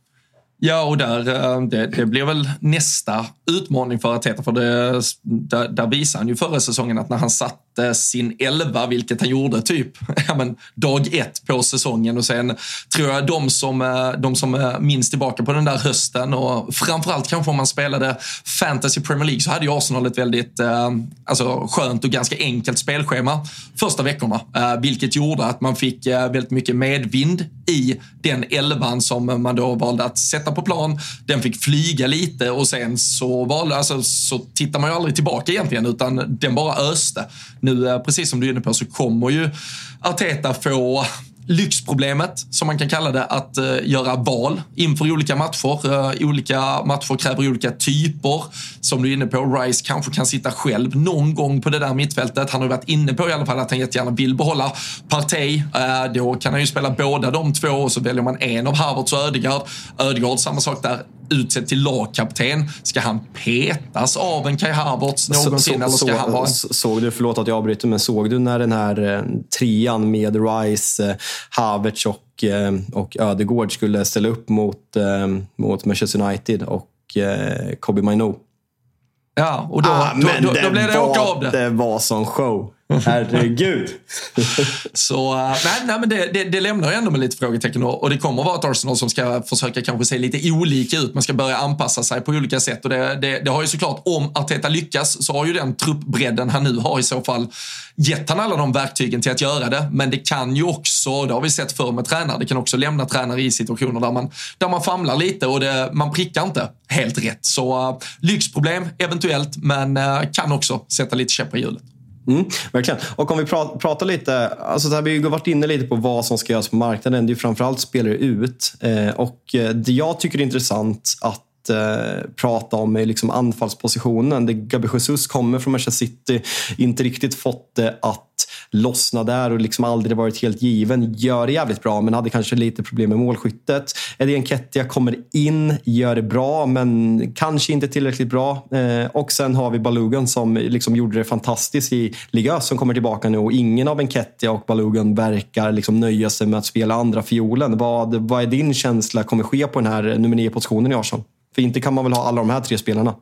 Ja, och där, det, det blir väl nästa utmaning för Arteta, för det, där, där visar han ju förra säsongen att när han satte sin elva, vilket han gjorde typ ja, men, dag ett på säsongen, och sen tror jag de som, de som minns tillbaka på den där hösten, och framförallt kanske om man spelade Fantasy Premier League, så hade ju Arsenal ett väldigt eh, alltså, skönt och ganska enkelt spelschema första veckorna, eh, vilket gjorde att man fick eh, väldigt mycket medvind i den elvan som man då valde att sätta på plan. Den fick flyga lite, och sen så, valde, alltså, så tittar man ju aldrig tillbaka egentligen, utan den bara öste. Nu, precis som du är inne på, så kommer ju Arteta få lyxproblemet, som man kan kalla det, att uh, göra val inför olika matcher. Uh, olika matcher kräver olika typer. Som du är inne på, Rice kanske kan sitta själv någon gång på det där mittfältet. Han har varit inne på i alla fall att han jättegärna vill behålla Partey. Uh, då kan han ju spela båda de två, och så väljer man en av Havertz och Ödegaard. Ödegaard, samma sak där, utsett till lagkapten. Ska han petas av en Kai Havertz någonsin? Så, så, eller ska så, han vara en... Såg du, förlåt att jag avbryter, men såg du när den här eh, trian med Rice, eh, Havertz och, eh, och Ödegaard skulle ställa upp mot, eh, mot Manchester United och eh, Kobbie Mainoo? Ja, och då, ah, då, då, då, då blev det var, åka av det. Det var som show. Herregud. Så nej, nej, men det, det, det lämnar ju ändå med lite frågetecken, och det kommer att vara ett Arsenal som ska försöka kanske se lite olika ut. Man ska börja anpassa sig på olika sätt, och det, det, det har ju såklart, om Arteta lyckas, så har ju den truppbredden han nu har i så fall gett han alla de verktygen till att göra det. Men det kan ju också, det har vi sett förr med tränare, det kan också lämna tränare i situationer där man, där man famlar lite, och det, man prickar inte helt rätt. Så uh, lyxproblem eventuellt, men uh, kan också sätta lite käppar i hjulet. Mm, verkligen. Och om vi pra- pratar lite, alltså så här, vi har varit inne lite på vad som ska göras på marknaden. Det är ju framförallt spelare ut. Eh, och det jag tycker är intressant att eh, prata om är liksom anfallspositionen. Det Gabriel Jesus kommer från Manchester City, inte riktigt fått det att lossna där och liksom aldrig varit helt given. Gör det jävligt bra, men hade kanske lite problem med målskyttet. Eddie Nketiah kommer in, gör det bra, men kanske inte tillräckligt bra. Eh, och sen har vi Balogun som liksom gjorde det fantastiskt i Liga som kommer tillbaka nu, och ingen av Nketiah och Balogun verkar liksom nöja sig med att spela andra fiolen. Vad, vad är din känsla kommer ske på den här nummer nio positionen i Arsenal? För inte kan man väl ha alla de här tre spelarna?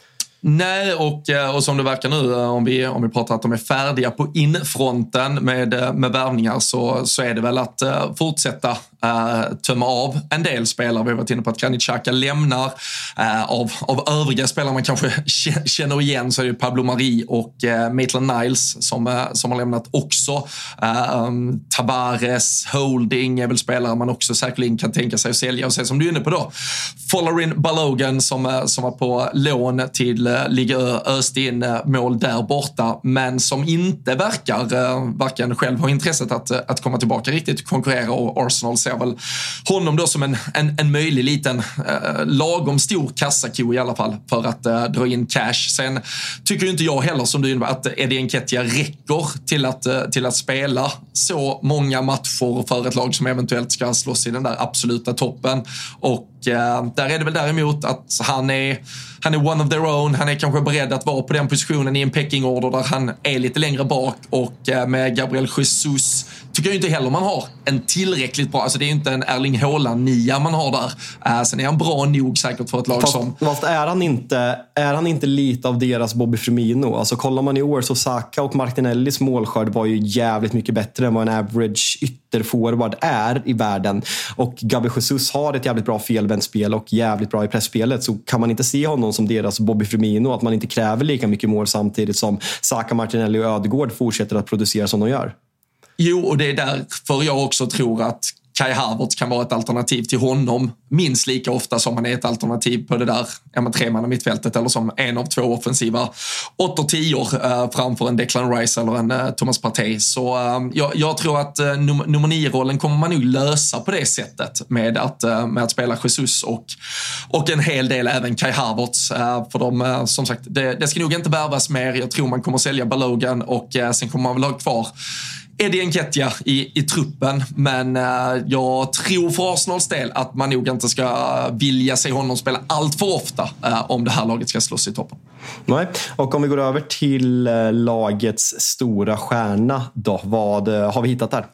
Nej, och, och som det verkar nu, om vi, om vi pratar att de är färdiga på infronten med, med värvningar, så, så är det väl att uh, fortsätta uh, tömma av en del spelare. Vi har varit inne på att Granit Xhaka lämnar. Uh, av, av övriga spelare man kanske känner igen så är det Pablo Mari och uh, Maitland Niles som, uh, som har lämnat också. Uh, um, Tabares, Holding är väl spelare man också säkerligen kan tänka sig att sälja. Och sen som du är inne på då, Folarin Balogun som, uh, som var på lån till ligger öst in mål där borta, men som inte verkar varken själv ha intresset att, att komma tillbaka riktigt och konkurrera, och Arsenal ser väl honom då som en, en, en möjlig liten eh, lagom stor kassako i alla fall för att eh, dra in cash. Sen tycker inte jag heller som du att Eddie Nketiah räcker till att, eh, till att spela så många matcher för ett lag som eventuellt ska slåss i den där absoluta toppen, och eh, där är det väl däremot att han är Han är one of their own. Han är kanske beredd att vara på den positionen i en pecking-order där han är lite längre bak, och med Gabriel Jesus tycker jag inte heller man har en tillräckligt bra, alltså det är inte en Erling Haaland-nia man har där. Sen är han bra nog säkert för ett lag fast, som... Fast är han, inte, är han inte lite av deras Bobby Firmino? Alltså kollar man i år så Saka och Martinellis målskörd var ju jävligt mycket bättre än vad en average ytterforward är i världen. Och Gabriel Jesus har ett jävligt bra felvändspel och jävligt bra i pressspelet, så kan man inte se honom som deras Bobby Firmino, att man inte kräver lika mycket mål samtidigt som Saka, Martinelli och Ödegaard fortsätter att producera som de gör. Jo, och det är därför jag också tror att Kai Havertz kan vara ett alternativ till honom minst lika ofta som han är ett alternativ på det där ja, tremanna mittfältet, eller som en av två offensiva åtta-tior eh, framför en Declan Rice eller en eh, Thomas Partey. Så eh, jag, jag tror att eh, num- nummer nio-rollen kommer man nog lösa på det sättet med att, eh, med att spela Jesus och, och en hel del även Kai Havertz. Eh, för de, eh, som sagt, det, det ska nog inte värvas mer. Jag tror man kommer sälja Balogun, och eh, sen kommer man väl ha kvar Eddie Nketiah i, i truppen, men uh, jag tror för Arsenals del att man nog inte ska vilja se honom spela allt för ofta uh, om det här laget ska slåss i toppen. Nej, och om vi går över till uh, lagets stora stjärna då, vad uh, har vi hittat där?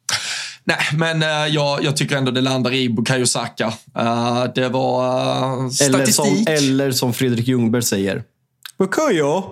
Nej, men uh, jag, jag tycker ändå det landar i Bukayo Saka. Uh, det var uh, statistik. Eller som, eller som Fredrik Ljungberg säger, Bukayo!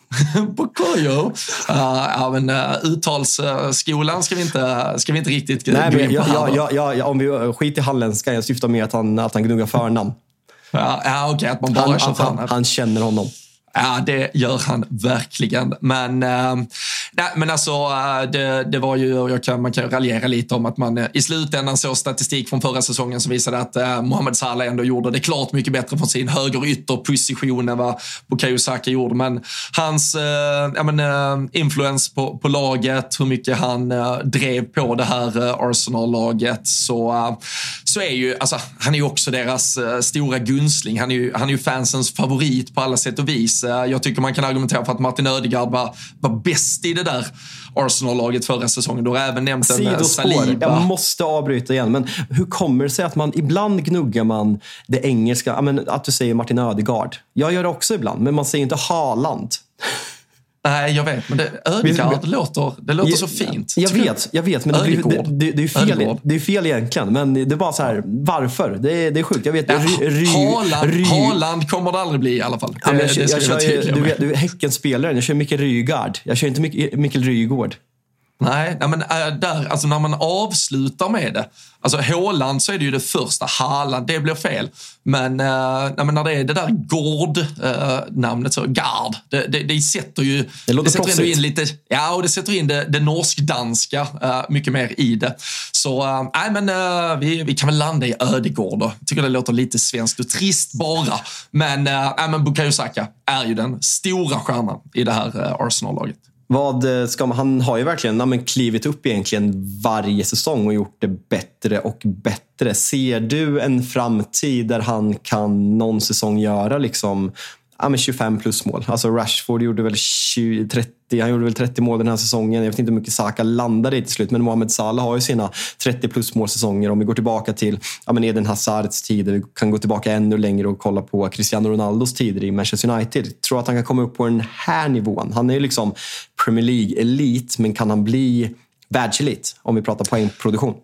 Bukayo. Uh, ja, men uh, uttalsskolan ska vi inte, ska vi inte riktigt Nej, gå men in på ja, här. ja, ja, ja, om vi skiter i halländska, jag syftar med att han, att han gnuggar förnamn. Ja, ja okej, okay, att man bara han, känner han, han känner honom. Ja, det gör han verkligen. Men, äh, nej, men alltså, äh, det, det var ju, jag kan, man kan raljera lite om att man äh, i slutändan såg statistik från förra säsongen som visade att äh, Mohamed Salah ändå gjorde det klart mycket bättre från sin höger ytterposition än vad Bukayo Saka gjorde. Men hans äh, ja, men, äh, influens på, på laget, hur mycket han äh, drev på det här äh, Arsenal-laget, så, äh, så är ju, alltså, han är ju också deras äh, stora gunstling. Han är ju, han är ju fansens favorit på alla sätt och vis. Jag tycker man kan argumentera för att Martin Ödegaard var, var bäst i det där Arsenal-laget förra säsongen. Du har även nämnt en Saliba. Jag måste avbryta igen, men hur kommer det sig att man ibland gnuggar man det engelska, men att du säger Martin Ödegaard? Jag gör det också ibland, men man säger inte Haaland. Nej, jag vet, men det, Ödegaard det låter, det låter jag, så fint. Jag vet, jag vet, men det, det, det, det, är fel, det är fel egentligen. Men det är bara så här, varför? Det är, det är sjukt. Jag vet, ja, ry, ry, Haaland, ry, Haaland kommer det aldrig bli i alla fall. Det, ja, jag, det ska jag, jag, jag du, vet, du är Häckenspelaren, jag kör Mikael Rygaard. Jag kör inte Mikael Rygård. Nej, nej, men äh, där, alltså när man avslutar med det, alltså Haaland så är det ju det första, Haaland, det blir fel. Men, äh, nej, men när det är det där Gård äh, namnet så, Gard, det, det, det sätter ju det låter det sätter ändå in proffsigt. lite, ja, och det sätter in det, det norsk-danska äh, mycket mer i det. Så äh, nej, men äh, vi, vi kan väl landa i Ödegård då. Tycker det låter lite svenskt och trist bara. Men, äh, men Bukayo Saka är ju den stora stjärnan i det här äh, Arsenal-laget. Vad ska man, han har ju verkligen ja, men klivit upp egentligen varje säsong och gjort det bättre och bättre. Ser du en framtid där han kan någon säsong göra liksom ja, men tjugofem plus mål? Alltså Rashford gjorde väl tjugo, trettio, han gjorde väl trettio mål den här säsongen. Jag vet inte hur mycket Saka landade i till slut, men Mohamed Salah har ju sina trettio plus målsäsonger. Om vi går tillbaka till ja, men Eden Hazards tider, vi kan gå tillbaka ännu längre och kolla på Cristiano Ronaldos tider i Manchester United. Jag tror att han kan komma upp på den här nivån. Han är ju liksom Premier League-elit, men kan han bli världselit om vi pratar poängproduktion?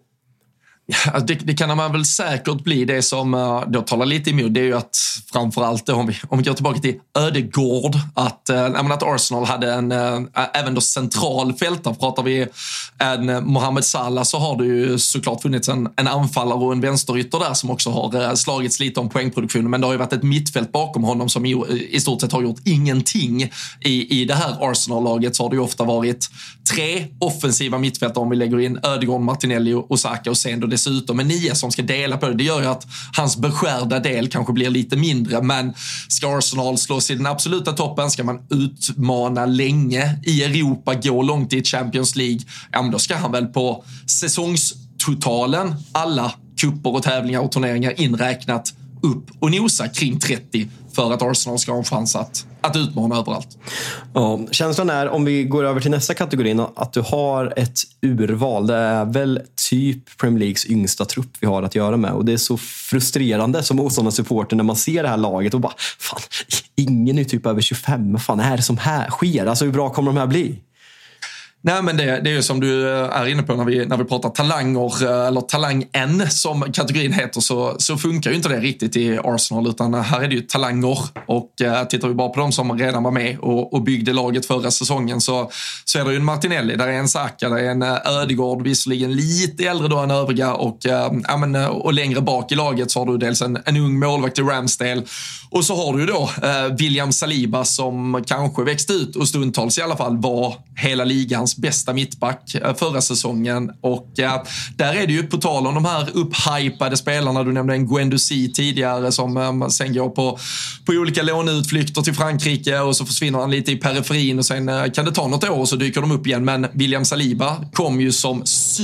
Ja, det, det kan man väl säkert bli. Det som då talar lite emot, det är ju att framförallt om vi, om vi går tillbaka till Ödegård, att, äh, att Arsenal hade en äh, även då central fältare. Pratar vi en Mohamed Salah, så har det ju såklart funnits en, en anfallare och en vänsterytter där som också har äh, slagits lite om poängproduktionen, men det har ju varit ett mittfält bakom honom som i, i stort sett har gjort ingenting. I, i det här Arsenal-laget så har det ju ofta varit tre offensiva mittfältare om vi lägger in Ödegård, Martinelli och Saka, och sen då dessutom en nio som ska dela på det. Det gör ju att hans beskärda del kanske blir lite mindre, men ska Arsenal slås i den absoluta toppen, ska man utmana länge i Europa, gå långt i Champions League, ja men då ska han väl på säsongstotalen, alla kupper och tävlingar och turneringar inräknat, upp och nosa kring trettio för att Arsenal ska ha en chans att, att utmana överallt. Ja, känslan är, om vi går över till nästa kategori, att du har ett urval. Det är väl typ Premier Leagues yngsta trupp vi har att göra med, och det är så frustrerande som motståndarsupporter när man ser det här laget och bara, fan, ingen är typ över tjugofem, vad fan är det som här sker? Alltså hur bra kommer de här bli? Nej, men det, det är ju som du är inne på när vi, när vi pratar talanger, eller talang-N som kategorin heter, så, så funkar ju inte det riktigt i Arsenal, utan här är det ju talanger, och eh, tittar vi bara på de som redan var med och, och byggde laget förra säsongen, så, så är det ju en Martinelli, där är en Saka, där är en Ödegård, visserligen lite äldre då än övriga, och, eh, ja, men, och längre bak i laget så har du dels en, en ung målvakt i Ramsdale, och så har du ju då eh, William Saliba som kanske växte ut och stundtals i alla fall var hela ligans bästa mittback förra säsongen, och äh, där är det ju på tal om de här upphypade spelarna. Du nämnde en Guendouzi tidigare som äh, sen går på, på olika låneutflykter till Frankrike, och så försvinner han lite i periferin, och sen äh, kan det ta något år och så dyker de upp igen. Men William Saliba kom ju som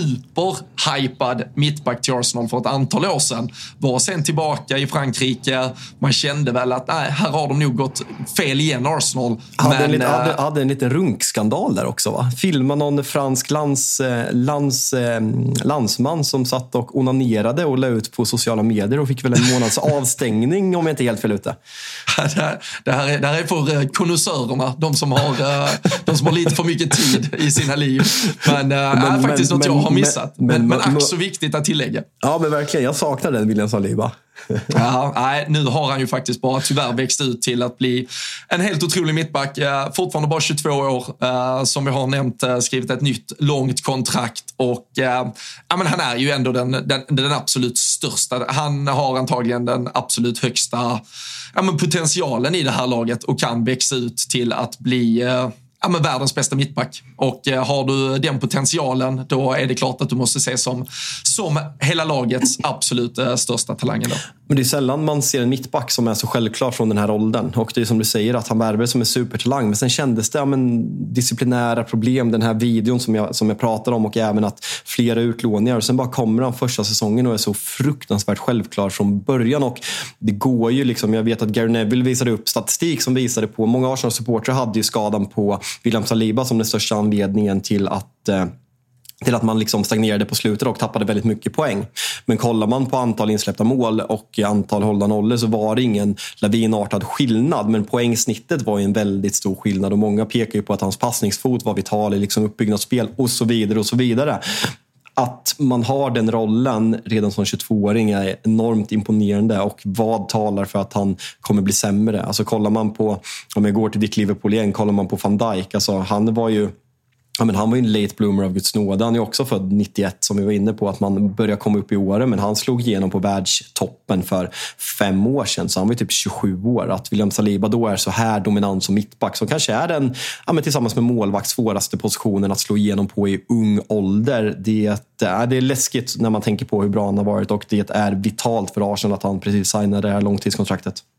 superhypad mittback till Arsenal för ett antal år sedan, var sen tillbaka i Frankrike. Man kände väl att nej, här har de nog gått fel igen, Arsenal. Hade, men, en, lite, äh, hade, hade en liten runkskandal där också, va? Filma någon fransk lands, lands, landsman som satt och onanerade och la ut på sociala medier och fick väl en månads avstängning om jag inte är helt fel ute. Det här, det här, är, det här är för konnässörerna, de som har de som har lite för mycket tid i sina liv. Men det är men, faktiskt men, något men, jag har missat. Men, men, men, men ack så viktigt att tillägga. Ja, men verkligen. Jag saknar den William Saliba. Ja, nej, nu har han ju faktiskt bara tyvärr växt ut till att bli en helt otrolig mittback. Uh, fortfarande bara tjugotvå år, uh, som vi har nämnt, uh, skrivit ett nytt långt kontrakt, och uh, ja, men han är ju ändå den, den, den absolut största. Han har antagligen den absolut högsta ja, men potentialen i det här laget och kan växa ut till att bli uh, ja, men världens bästa mittback. Och eh, har du den potentialen, då är det klart att du måste se som, som hela lagets absolut eh, största talangen då. Men det är sällan man ser en mittback som är så självklar från den här åldern. Och det är som du säger att han värvar som en supertalang. Men sen kändes det ja, men, disciplinära problem, den här videon som jag, som jag pratar om, och även att flera utlåningar. Och sen bara kommer han första säsongen och är så fruktansvärt självklar från början. Och det går ju liksom, jag vet att Gary Neville visade upp statistik som visade på, många Arsenal-supportrar hade ju skadan på William Saliba som den största anledningen till att eh, till att man liksom stagnerade på slutet och tappade väldigt mycket poäng. Men kollar man på antal insläppta mål och antal hållna nollor så var det ingen lavinartad skillnad, men poängsnittet var ju en väldigt stor skillnad, och många pekar ju på att hans passningsfot var vital i liksom uppbyggnadsspel och så vidare och så vidare. Att man har den rollen redan som tjugotvååring är enormt imponerande, och vad talar för att han kommer bli sämre? Alltså kollar man på, om jag går till ditt Liverpool igen, kollar man på Van Dijk, alltså han var ju Ja, men han var ju en late bloomer av Guds nåde. Han är också född nittioett, som vi var inne på, att man börjar komma upp i åren. Men han slog igenom på världstoppen för fem år sedan, så han var typ tjugosju år. Att William Saliba då är så här dominant som mittback, som kanske är den, ja, men tillsammans med målvakt, svåraste positionen att slå igenom på i ung ålder. Det är, det är läskigt när man tänker på hur bra han har varit, och det är vitalt för Arsenal att han precis signade det här långtidskontraktet.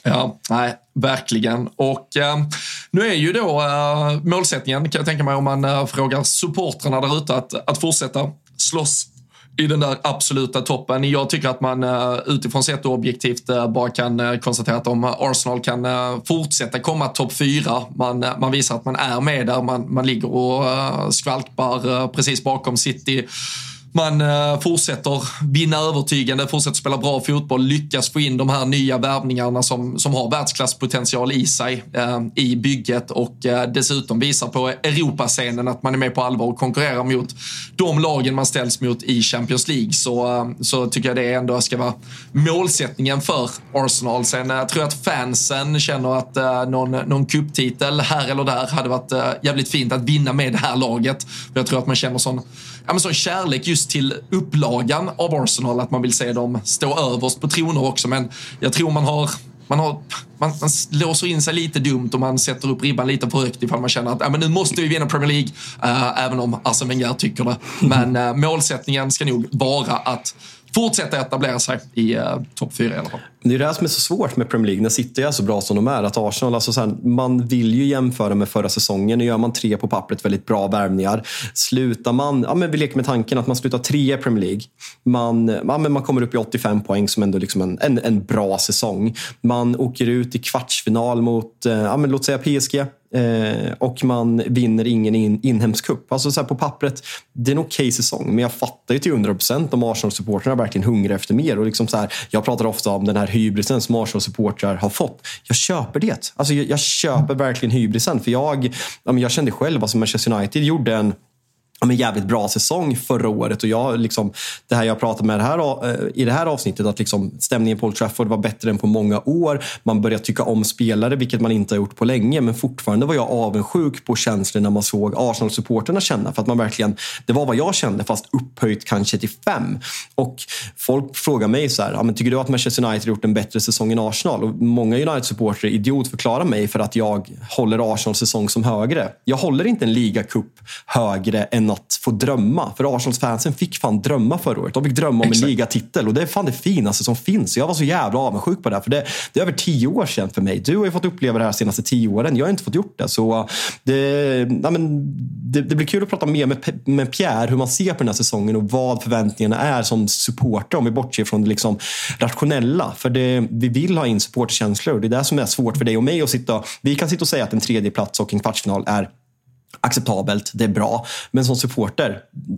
Ja, nej, verkligen. Och eh, nu är ju då eh, målsättningen, kan jag tänka mig om man eh, frågar supportrarna där ute, att, att fortsätta slåss i den där absoluta toppen. Jag tycker att man uh, utifrån sett objektivt uh, bara kan uh, konstatera att om Arsenal kan uh, fortsätta komma topp fyra, man, uh, man visar att man är med där, man, man ligger och uh, skvalpar uh, precis bakom City. Man eh, fortsätter vinna övertygande, fortsätter spela bra fotboll, lyckas få in de här nya värvningarna som, som har världsklasspotential i sig eh, i bygget och eh, dessutom visar på Europascenen att man är med på allvar och konkurrerar mot de lagen man ställs mot i Champions League. Så, eh, så tycker jag det ändå ska vara målsättningen för Arsenal. Sen eh, tror jag att fansen känner att eh, någon, någon cuptitel här eller där hade varit eh, jävligt fint att vinna med det här laget. För jag tror att man känner sån, ja, men sån kärlek just till upplagan av Arsenal, att man vill se dem stå överst på troner också, men jag tror man har man, har, man, man låser in sig lite dumt och man sätter upp ribban lite för högt ifall man känner att ja, men nu måste vi vinna Premier League, äh, även om Arsene Wenger tycker det, men äh, målsättningen ska nog vara att fortsätta etablera sig i uh, topp fyra i alla fall. Det är det här som är så svårt med Premier League. När City är så bra som de är, att Arsenal, alltså så här, man vill ju jämföra med förra säsongen. Nu gör man tre på pappret, väldigt bra värvningar. Slutar man, ja men vi leker med tanken att man slutar tre i Premier League. Man, ja, men man kommer upp i åttiofem poäng som ändå liksom en, en, en bra säsong. Man åker ut i kvartsfinal mot, ja men låt säga P S G. Eh, och man vinner ingen in, inhemsk cup. Alltså så här på pappret, det är en okej säsong, men jag fattar ju till hundra procent om Arsenal-supportrarna verkligen hungrar efter mer. Och liksom så här, jag pratar ofta om den här hybrisen som Arsenal-supportrar har fått. Jag köper det. Alltså jag, jag köper verkligen hybrisen, för jag, ja, men jag kände själv, alltså Manchester United gjorde en en jävligt bra säsong förra året, och jag liksom, det här jag pratade med det här, i det här avsnittet, att liksom stämningen på Old Trafford var bättre än på många år. Man började tycka om spelare, vilket man inte har gjort på länge, men fortfarande var jag avundsjuk på känslor när man såg Arsenal-supporterna känna, för att man verkligen, det var vad jag kände fast upphöjt kanske till fem. Och folk frågar mig så här, ja, men tycker du att Manchester United gjort en bättre säsong än Arsenal? Och många United-supporter idiot förklarar mig för att jag håller Arsenals säsong som högre. Jag håller inte en ligacup högre än att få drömma. För Arsenals fansen fick fan drömma förra året. De fick drömma om Exakt. en ligatitel, och det är fan det finaste som finns. Jag var så jävla avundsjuk på det här, för det, det är över tio år sedan för mig. Du har ju fått uppleva det här senaste tio åren. Jag har inte fått gjort det. Så det, ja, men, det, det blir kul att prata mer med, med Pierre, hur man ser på den här säsongen och vad förväntningarna är som supporter, om vi bortser från det liksom rationella. För det, vi vill ha in supportkänslor, och det är det som är svårt för dig och mig att sitta. Vi kan sitta och säga att en tredje plats och en kvartsfinal är acceptabelt, det är bra. Men som supporter,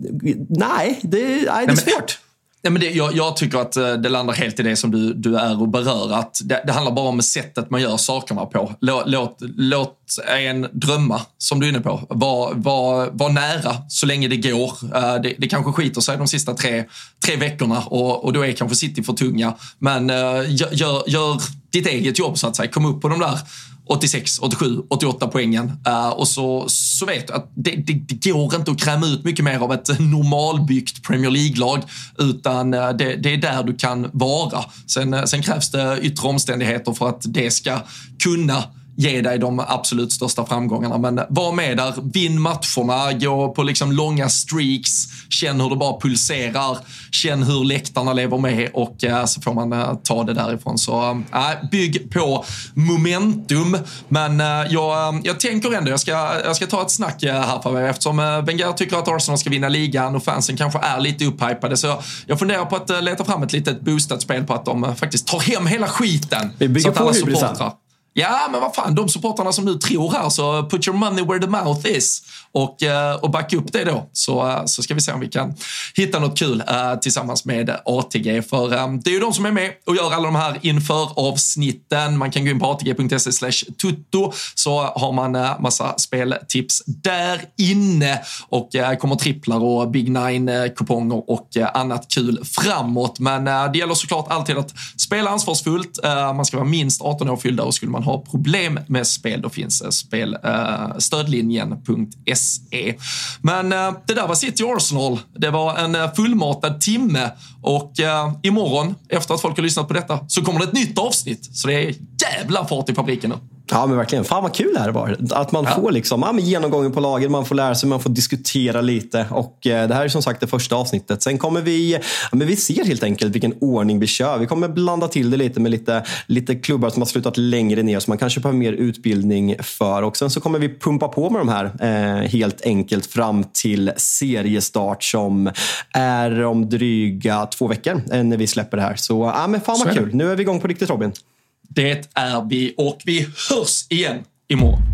nej, det, nej, det är nej, svårt. Nej, men det, jag, jag tycker att det landar helt i det som du, du är och berör. Att det, det handlar bara om sättet man gör sakerna på. Låt, låt, låt en drömma, som du är inne på. Var, var, var nära så länge det går. Det, det kanske skiter sig de sista tre, tre veckorna och, och då är kanske City för tunga. Men gör, gör ditt eget jobb så att säga. Kom upp på de där åttiosex, åttiosju, åttioåtta poängen. Uh, och så, så vet du att det, det, det går inte att kräma ut mycket mer av ett normalbyggt Premier League-lag, utan uh, det, det är där du kan vara. Sen, uh, sen krävs det yttre omständigheter för att det ska kunna ge dig de absolut största framgångarna. Men var med där, vinn matcherna, gå på liksom långa streaks, känn hur det bara pulserar, känn hur läktarna lever med, och äh, så får man äh, ta det därifrån. Så äh, bygg på momentum. Men äh, jag, jag tänker ändå, jag ska, jag ska ta ett snack här för mig, eftersom äh, Wenger tycker att Arsenal ska vinna ligan och fansen kanske är lite upphypade. Så jag funderar på att äh, leta fram ett litet boostat spel på att de äh, faktiskt tar hem hela skiten. Vi bygger så att på hybrisen. Ja, men vad fan, de supportarna som nu tror här, så put your money where the mouth is och, och backa upp det då, så, så ska vi se om vi kan hitta något kul uh, tillsammans med A T G, för um, det är ju de som är med och gör alla de här inför avsnitten. Man kan gå in på atg.se slash tutto, så har man uh, massa speltips där inne, och uh, kommer tripplar och Big Nine-kuponger och uh, annat kul framåt. Men uh, det gäller såklart alltid att spela ansvarsfullt. Uh, man ska vara minst arton år fyllda, och skulle man ha problem med spel, då finns spel, uh, stödlinjen punkt se. Men uh, det där var City Arsenal. Det var en uh, fullmatad timme, och uh, imorgon, efter att folk har lyssnat på detta, så kommer det ett nytt avsnitt. Så det är jävla fart i fabriken nu. Ja, men verkligen. Fan vad kul det här var. Att man ja. får liksom, ja, men genomgången på lagen, man får lära sig, man får diskutera lite. Och eh, det här är som sagt det första avsnittet. Sen kommer vi, ja, men vi ser helt enkelt vilken ordning vi kör. Vi kommer blanda till det lite med lite, lite klubbar som har slutat längre ner, så man kanske behöver mer utbildning för. Och sen så kommer vi pumpa på med de här eh, helt enkelt fram till seriestart som är om dryga två veckor eh, när vi släpper det här. Så ja, men fan vad kul. Nu är vi igång på riktigt, Robin. Det är vi, och vi hörs igen imorgon.